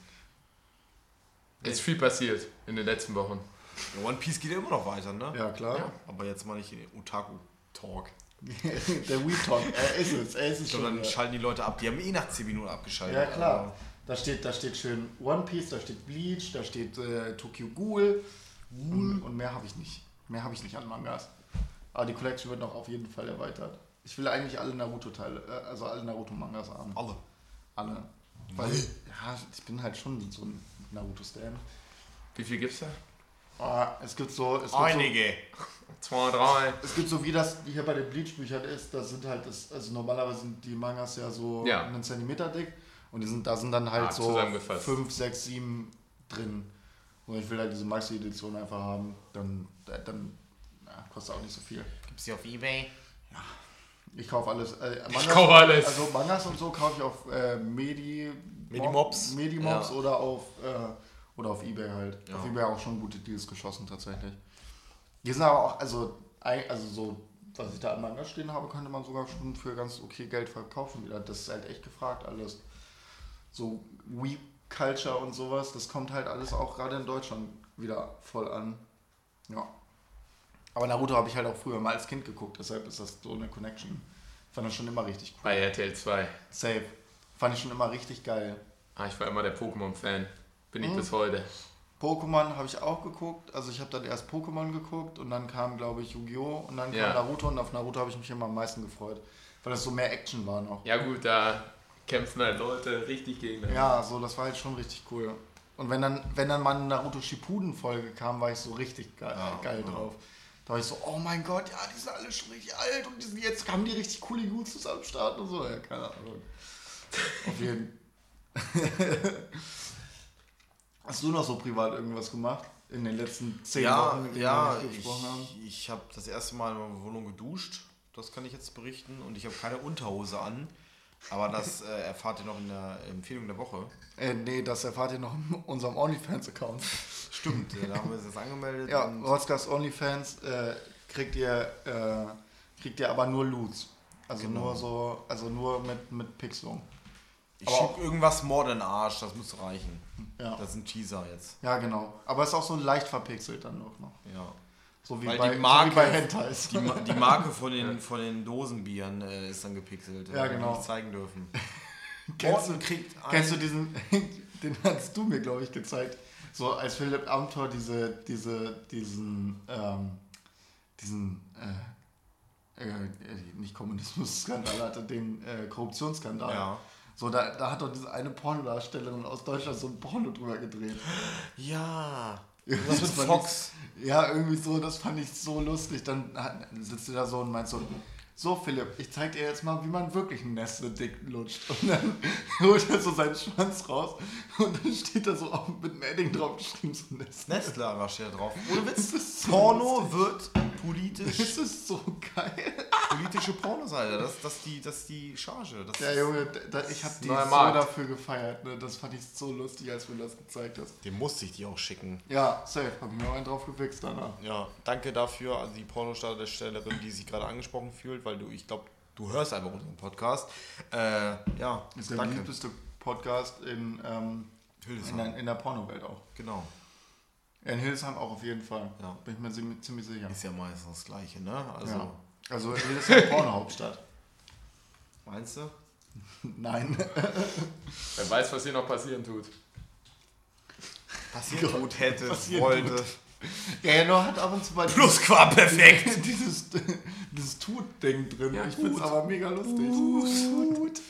Es ist viel passiert in den letzten Wochen. Ja, One Piece geht ja immer noch weiter, ne? Ja, klar. Ja. Aber jetzt mal nicht in den Otaku-Talk. Der Weed Talk, er ist es, er ist es Ich glaube, schon. dann Ja. schalten die Leute ab. Die haben eh nach zehn Minuten abgeschaltet. Ja, klar. Da steht, da steht schön One Piece, da steht Bleach, da steht äh, Tokyo Ghoul und, und mehr habe ich nicht. Mehr habe ich nicht an Mangas. Aber die Collection wird noch auf jeden Fall erweitert. Ich will eigentlich alle Naruto-Teile, äh, also alle Naruto-Mangas haben. Alle. Alle. Weil, ja, ich bin halt schon so ein Naruto-Stan. Wie viel gibt's da? Ah, es gibt so, es gibt so, Einige. Zwei, drei. es gibt so, wie das hier bei den Bleach-Büchern ist, das sind halt, das, also normalerweise sind die Mangas ja so Ja. einen Zentimeter dick und die sind, da sind dann halt Ah, so zusammengefasst. fünf, sechs, sieben drin. Und ich will halt diese Maxi-Edition einfach haben, dann, dann ja, kostet auch nicht so viel. Gibt's die auf Ebay? Ich kaufe alles. Äh, Mangas, kauf alles. Also Mangas und so kaufe ich auf äh, Medi, Medimobs. Medimobs Ja. oder auf äh, oder auf Ebay halt. Ja. Auf Ebay auch schon gute Deals geschossen tatsächlich. Die sind aber auch, also, ei- also so, was ich da an Mangas stehen habe, könnte man sogar schon für ganz okay Geld verkaufen wieder. Das ist halt echt gefragt alles. So Weep Culture und sowas, das kommt halt alles auch gerade in Deutschland wieder voll an. Ja. Aber Naruto habe ich halt auch früher mal als Kind geguckt, deshalb ist das so eine Connection. Fand das schon immer richtig cool. Bei R T L zwei. Safe. Fand ich schon immer richtig geil. Ah, ich war immer der Pokémon-Fan. Bin ich Mhm. bis heute. Pokémon habe ich auch geguckt. Also ich habe dann erst Pokémon geguckt und dann kam, glaube ich, Yu-Gi-Oh! Und dann kam Ja. Naruto und auf Naruto habe ich mich immer am meisten gefreut. Weil das so mehr Action war noch. Ja gut, da kämpfen halt Leute richtig gegeneinander. Ja, so, das war halt schon richtig cool. Und wenn dann, wenn dann mal eine Naruto Shippuden-Folge kam, war ich so richtig geil, Ja, geil ja. drauf. Da war ich so, oh mein Gott, ja, die sind alle schon richtig alt und die sind, jetzt haben die richtig coole Jutsus am Start und so. Ja, keine Ahnung. Auf jeden Hast du noch so privat irgendwas gemacht? In den letzten zehn Ja, Wochen, in denen ja, wir nicht gesprochen haben? ich, ich habe das erste Mal in meiner Wohnung geduscht. Das kann ich jetzt berichten. Und ich habe keine Unterhose an. Aber das äh, erfahrt ihr noch in der Empfehlung der Woche. Äh, nee, das erfahrt ihr noch in unserem OnlyFans-Account. Stimmt, ja, da haben wir uns jetzt angemeldet. Ja, und Rotzkast OnlyFans äh, kriegt ihr äh, kriegt ihr aber nur Loots. Also Genau. nur so, also nur mit, mit Pixelung. ich aber schieb irgendwas Mord in den Arsch, das muss reichen. Ja. Das ist ein Teaser jetzt. Ja, genau. Aber es ist auch so leicht verpixelt dann auch noch. Ja. So wie, Weil bei, die Marke- so wie bei Hentais. Die, Ma- die Marke von den, von den Dosenbieren äh, ist dann gepixelt. Ja, weil wir genau. nicht zeigen dürfen. Kennst du, Morten kriegt ein, kennst du diesen, den hast du mir, glaube ich, gezeigt. So als Philipp Amthor diese, diese, diesen, ähm, diesen, äh, äh, nicht Kommunismus-Skandal hatte, den äh, Korruptionsskandal. Ja. So, da, da hat doch diese eine Pornodarstellerin aus Deutschland so ein Porno drüber gedreht. Ja. Das Was mit fand Fox? Ich, ja, irgendwie so, das fand ich so lustig. Dann hat, sitzt du da so und meinst so, so Philipp, ich zeig dir jetzt mal, wie man wirklich ein Nestle-Dick lutscht. Und dann holt er so seinen Schwanz raus und dann steht da so auch mit einem Edding drauf geschrieben, so Nestle. Nestle einfach steht da drauf. Ohne Das Witz. ist so Porno lustig. wird politisch. Das ist so geil. Politische Pornoseite. Das, das, die, das ist die Charge. Das Ja, Junge, da, ich habe die Neuer so Markt. dafür gefeiert. Ne? Das fand ich so lustig, als du mir das gezeigt hast. Den musste ich dir auch schicken. Ja, safe. Hab ich mir auch einen drauf gewichst danach. Ja, danke dafür an die Pornodarstellerin, die sich gerade angesprochen fühlt, weil du, ich glaube, du hörst einfach unseren Podcast. Äh, ja, Das ist der danke. beliebteste Podcast in, ähm, in, Hildesheim. der, in der Pornowelt auch. Genau. Ja, in Hildesheim auch auf jeden Fall. Ja. Bin ich mir ziemlich, ziemlich sicher. Ist ja meistens das Gleiche, ne? Also, Ja. Also Hildesheim Pornohauptstadt. meinst du? Nein. Wer weiß, was hier noch passieren tut. Passiert gut hätte, Passiert wollte. Ja, ja, nur hat ab und zu mal Plusquamperfekt. dieses, dieses Tut-Ding drin. Ja, ich find's Tut. aber mega lustig. Tut.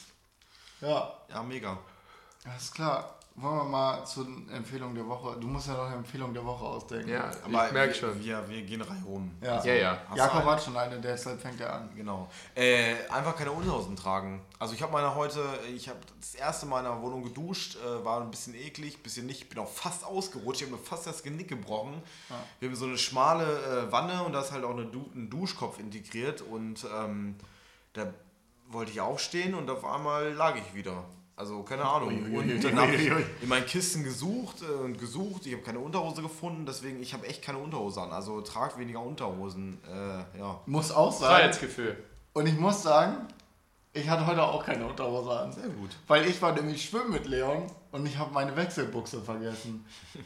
Ja, Ja, mega. alles klar. Wollen wir mal zur Empfehlung der Woche. Du musst ja noch eine Empfehlung der Woche ausdenken. Ja, Aber ich merke wir, schon. Wir, wir gehen Reihe um. Ja. Ja, ja. Hast Jakob du einen? hat schon eine, deshalb fängt er an. Genau. Äh, einfach keine Unterhosen tragen. Also ich habe meine heute, ich habe das erste Mal in der Wohnung geduscht, äh, war ein bisschen eklig, bisschen nicht, bin auch fast ausgerutscht, ich habe mir fast das Genick gebrochen. Ja. Wir haben so eine schmale äh, Wanne und da ist halt auch eine du ein Duschkopf integriert und ähm, da wollte ich aufstehen und auf einmal lag ich wieder. Also keine Ahnung. Und dann habe ich in meinen Kisten gesucht äh, und gesucht. Ich habe keine Unterhose gefunden, deswegen ich habe echt keine Unterhose an. Also tragt weniger Unterhosen. Äh, ja. Muss auch sagen. Freiheitsgefühl. Und ich muss sagen, ich hatte heute auch keine Unterhose an. Sehr gut. Weil ich war nämlich schwimmen mit Leon und ich habe meine Wechselbuchse vergessen.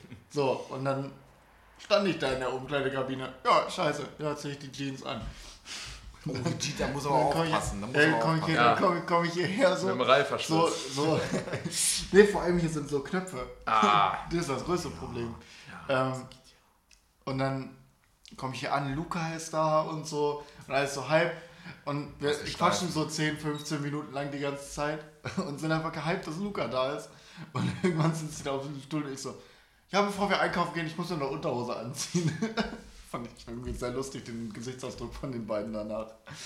So, und dann stand ich da in der Umkleidekabine. Ja, scheiße, ja, ziehe ich die Jeans an. Oh, die, da muss aber auch komm ich, aufpassen. Da muss äh, aber komm ich, hier, Ja. dann komm, komm ich hierher so. Mit dem So, Reißverschluss. so. Nee, vor allem hier sind so Knöpfe. Ah. Das ist das größte Problem. Ähm, und dann komme ich hier an, Luca ist da und so und alles so hype. Und wir Das ist quatschen steif. so zehn, fünfzehn Minuten lang die ganze Zeit und sind einfach gehypt, dass Luca da ist. Und irgendwann sind sie da auf dem Stuhl und ich so, ja, bevor wir einkaufen gehen, ich muss nur eine Unterhose anziehen. Fand ich irgendwie sehr lustig, den Gesichtsausdruck von den beiden danach.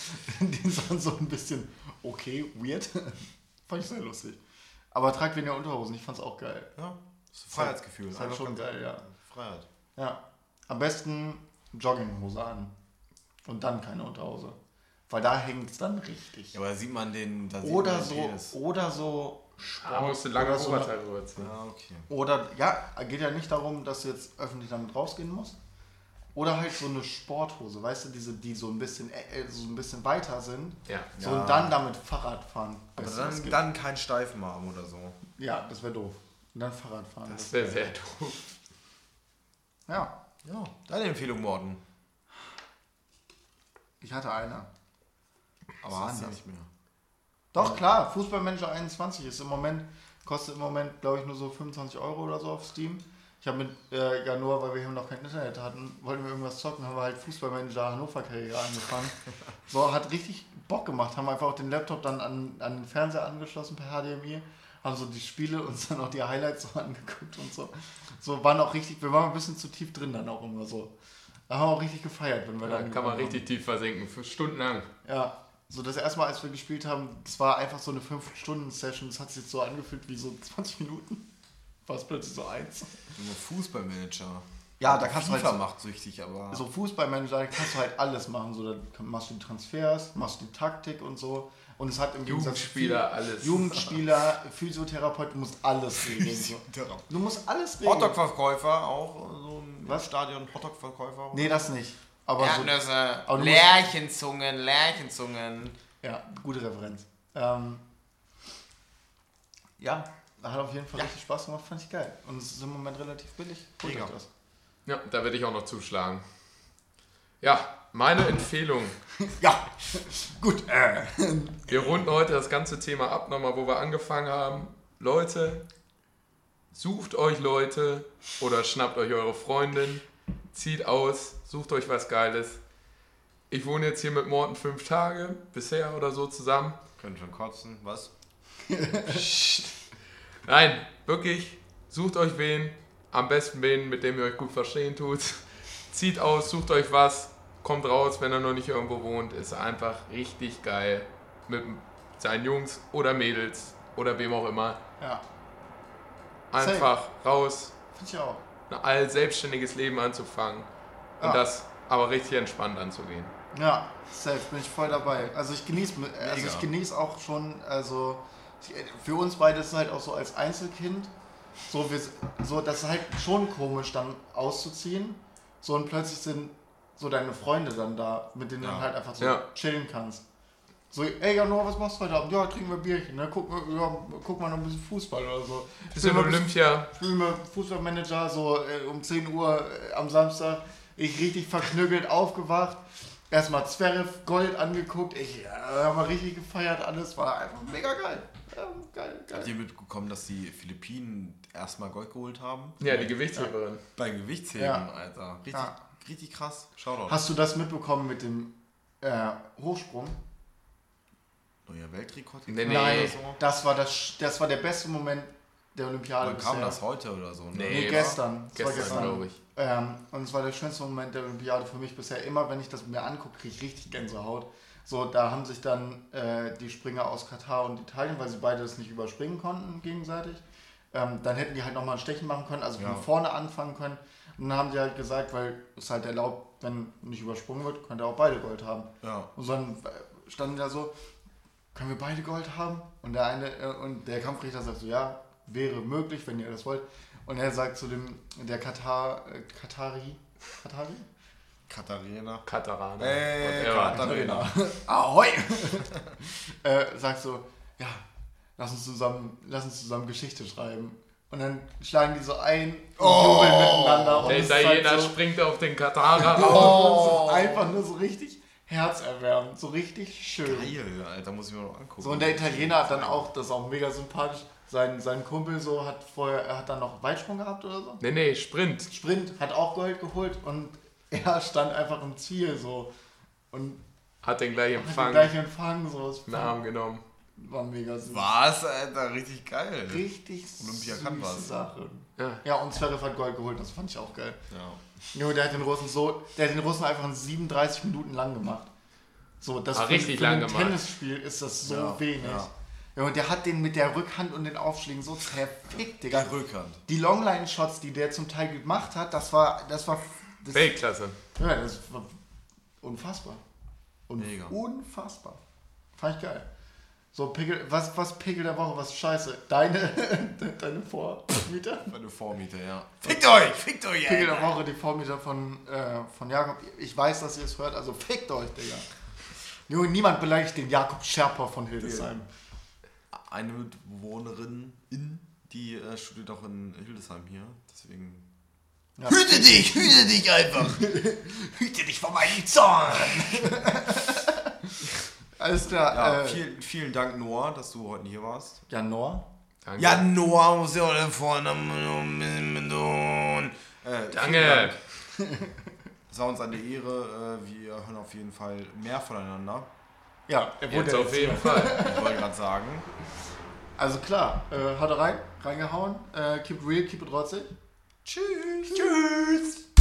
Die sahen so ein bisschen, okay, weird. Fand ich sehr lustig. Aber tragt weniger Unterhosen, ich fand's auch geil. Ja, das ist Freiheitsgefühl. Ist halt Einfach schon ganz- geil, ja. Freiheit. Ja, am besten Jogginghose an und dann keine Unterhose. Weil da hängt es dann richtig. Ja, aber da sieht man den. Da sieht Oder man den so, Penis. oder so Sport. Da musst du lange oder so eine- Oberteil rüberziehen. Ja, okay. Oder, ja, geht ja nicht darum, dass du jetzt öffentlich damit rausgehen musst. Oder halt so eine Sporthose, weißt du, diese, die so ein bisschen, äh, so ein bisschen weiter sind. Ja. So Ja. und dann damit Fahrrad fahren. Aber Weißt du, was dann, gibt? dann keinen Steifen haben oder so. Ja, das wäre doof. Und dann Fahrrad fahren. Das wäre sehr doof. Ja, Ja, deine Empfehlung, Morten. ich hatte eine. Aber Was hast du war nicht mehr. Doch, klar, Fußballmanager einundzwanzig ist im Moment Kostet im Moment, glaube ich, nur so fünfundzwanzig Euro oder so auf Steam. Ich habe mit äh, Januar, weil wir hier noch kein Internet hatten, wollten wir irgendwas zocken, haben wir halt Fußballmanager Hannover-Karriere angefangen. So, hat richtig Bock gemacht. Haben einfach auch den Laptop dann an, an den Fernseher angeschlossen per H D M I. Haben so die Spiele uns dann auch die Highlights so angeguckt und so. So, waren auch richtig, wir waren ein bisschen zu tief drin dann auch immer so. Da haben wir auch richtig gefeiert, wenn wir Da dann. kann man haben. richtig tief versinken, für stundenlang. Ja, so das erste Mal, als wir gespielt haben, das war einfach so eine fünf Stunden Session. Das hat sich jetzt so angefühlt wie so zwanzig Minuten. War es plötzlich so eins. Nur Fußballmanager. Ja, da kannst du FIFA halt so, macht süchtig, aber... so Fußballmanager, da kannst du halt alles machen. So, da machst du die Transfers, machst die Taktik und so. Und es hat im Gegensatz zu Jugendspieler, alles. Jugendspieler, Physiotherapeut, du musst alles regeln. So. Du musst alles regeln. Hotdog-Verkäufer auch, so ein Was? Stadion Hotdog-Verkäufer. Nee, das nicht. Aber so, Erdnüsse, aber du musst- Lärchenzungen, Lärchenzungen. ja, gute Referenz. Ähm, ja, hat auf jeden Fall Ja. richtig Spaß gemacht, fand ich geil. Und es ist im Moment relativ billig. Holt Mega. euch das. Ja, da werde ich auch noch zuschlagen. Ja, meine Empfehlung. Ja, gut. Äh. Wir runden heute das ganze Thema ab, nochmal, wo wir angefangen haben. Leute, sucht euch Leute oder schnappt euch eure Freundin, zieht aus, sucht euch was Geiles. Ich wohne jetzt hier mit Morten fünf Tage, bisher oder so zusammen. Können schon kotzen, was? Nein, wirklich, sucht euch wen, am besten wen, mit dem ihr euch gut verstehen tut. Zieht aus, sucht euch was, kommt raus, wenn er noch nicht irgendwo wohnt. Ist einfach richtig geil mit seinen Jungs oder Mädels oder wem auch immer. Ja, Einfach raus, finde ich auch. ein all selbstständiges Leben anzufangen und Ja. das aber richtig entspannt anzugehen. Ja, safe, bin ich voll dabei. Also ich genieße also Mega. ich genieße auch schon, also ich, für uns beide ist es halt auch so als Einzelkind, so, wir, so das ist halt schon komisch dann auszuziehen. So und plötzlich sind so deine Freunde dann da, mit denen du Ja. dann halt einfach so Ja. chillen kannst. So, ey Januar, was machst du heute Abend? Ja, trinken wir Bierchen, ne? Guck, ja, guck mal noch ein bisschen Fußball oder so. Bisschen Spielen wir- Olympia. Spielen wir Fußballmanager so äh, um zehn Uhr äh, am Samstag. Ich richtig verknüggelt aufgewacht. Erstmal Zverev Gold angeguckt. Ich äh, habe mal richtig gefeiert. Alles war einfach mega geil. Ja, geil, Habt geil. ihr mitbekommen, dass die Philippinen erstmal Gold geholt haben? Ja, die Gewichtsheberin. Beim Gewichtsheben, Ja. Alter. Richtig, Ja. richtig krass. Shoutout. Hast du das mitbekommen mit dem äh, Hochsprung? Neuer Weltrekord? Nee, nee. Nein, Oder so? das war, das, das war der beste Moment der Olympiade Oder kam bisher. das heute oder so? Ne? Nee. Nee, gestern. Das war Gestern, glaube ich. Ähm, und es war der schönste Moment der Olympiade für mich bisher. Immer wenn ich das mir angucke, kriege ich richtig Gänsehaut. So, da haben sich dann äh, die Springer aus Katar und Italien, weil sie beide das nicht überspringen konnten gegenseitig, ähm, dann hätten die halt nochmal ein Stechen machen können, also von Ja. vorne anfangen können. Und dann haben die halt gesagt, weil es halt erlaubt, wenn nicht übersprungen wird, könnte auch beide Gold haben. Ja. Und dann äh, standen da so, können wir beide Gold haben? Und der eine äh, und der Kampfrichter sagt so, ja, wäre möglich, wenn ihr das wollt. Und er sagt zu dem, der Katar, äh, Katari, Katari? Katharina. Katarana. Ey, Whatever. Katharina. Ahoi! äh, sagt so, ja, lass uns zusammen, lass uns zusammen Geschichte schreiben. Und dann schlagen die so ein und jubeln miteinander. Und Der es ist halt Italiener so, springt auf den Katarer rauf. oh, es ist einfach nur so richtig herzerwärmend, so richtig schön. Geil, Alter, muss ich mir noch angucken. So, und der Italiener hat dann auch, das ist auch mega sympathisch, sein, sein Kumpel so hat vorher, er hat dann noch Weitsprung gehabt oder so. Nee, nee, Sprint. Sprint, hat auch Gold geholt und er stand einfach im Ziel so und Hat den gleich hat den empfangen. gleich empfangen, so. Es In den Arm genommen. war mega süß. Was, Alter, richtig geil. Richtig Olympia süße kann was. Sache. Ja. Ja, und Zverev hat Gold geholt, das fand ich auch geil. Ja. Junge, der hat den Russen so, der hat den Russen einfach in siebenunddreißig Minuten lang gemacht. So, das Ah, für, richtig für lang ein gemacht. Tennisspiel ist das so Ja, wenig. ja. Ja, und der hat den mit der Rückhand und den Aufschlägen so zerfickt, Digga. Die Rückhand. Die Longline-Shots, die der zum Teil gemacht hat, das war, das war, das, Weltklasse. ja, das war unfassbar. Un Mega. Unfassbar. Fand ich geil. So, Pickel, was, was Pickel der Woche, was scheiße. Deine, deine Vormieter? Meine Vormieter, ja. Fickt euch, fickt euch, Pickel ey. der Woche, die Vormieter von, äh, von Jakob. Ich weiß, dass ihr es hört, also fickt euch, Digga. Junge, niemand beleidigt den Jakob Scherper von Hildesheim. Eine Mitbewohnerin, in, die äh, studiert auch in Hildesheim hier. Deswegen. Ja. Hüte dich, hüte dich einfach. Hüte dich vor meinem Zorn. Alles klar. Ja, äh, vielen, vielen Dank, Noah, dass du heute hier warst. ja, Noah. Danke. Ja, Noah muss ja auch da vorne tun. Äh, Danke. Es war uns eine Ehre. äh, Wir hören auf jeden Fall mehr voneinander. Ja, er wurde Jetzt ja auf jeden Fall. Ich wollte gerade sagen. Also klar, äh, hat er rein, reingehauen. Äh, keep it real, keep it rotzig. Tschüss. Tschüss.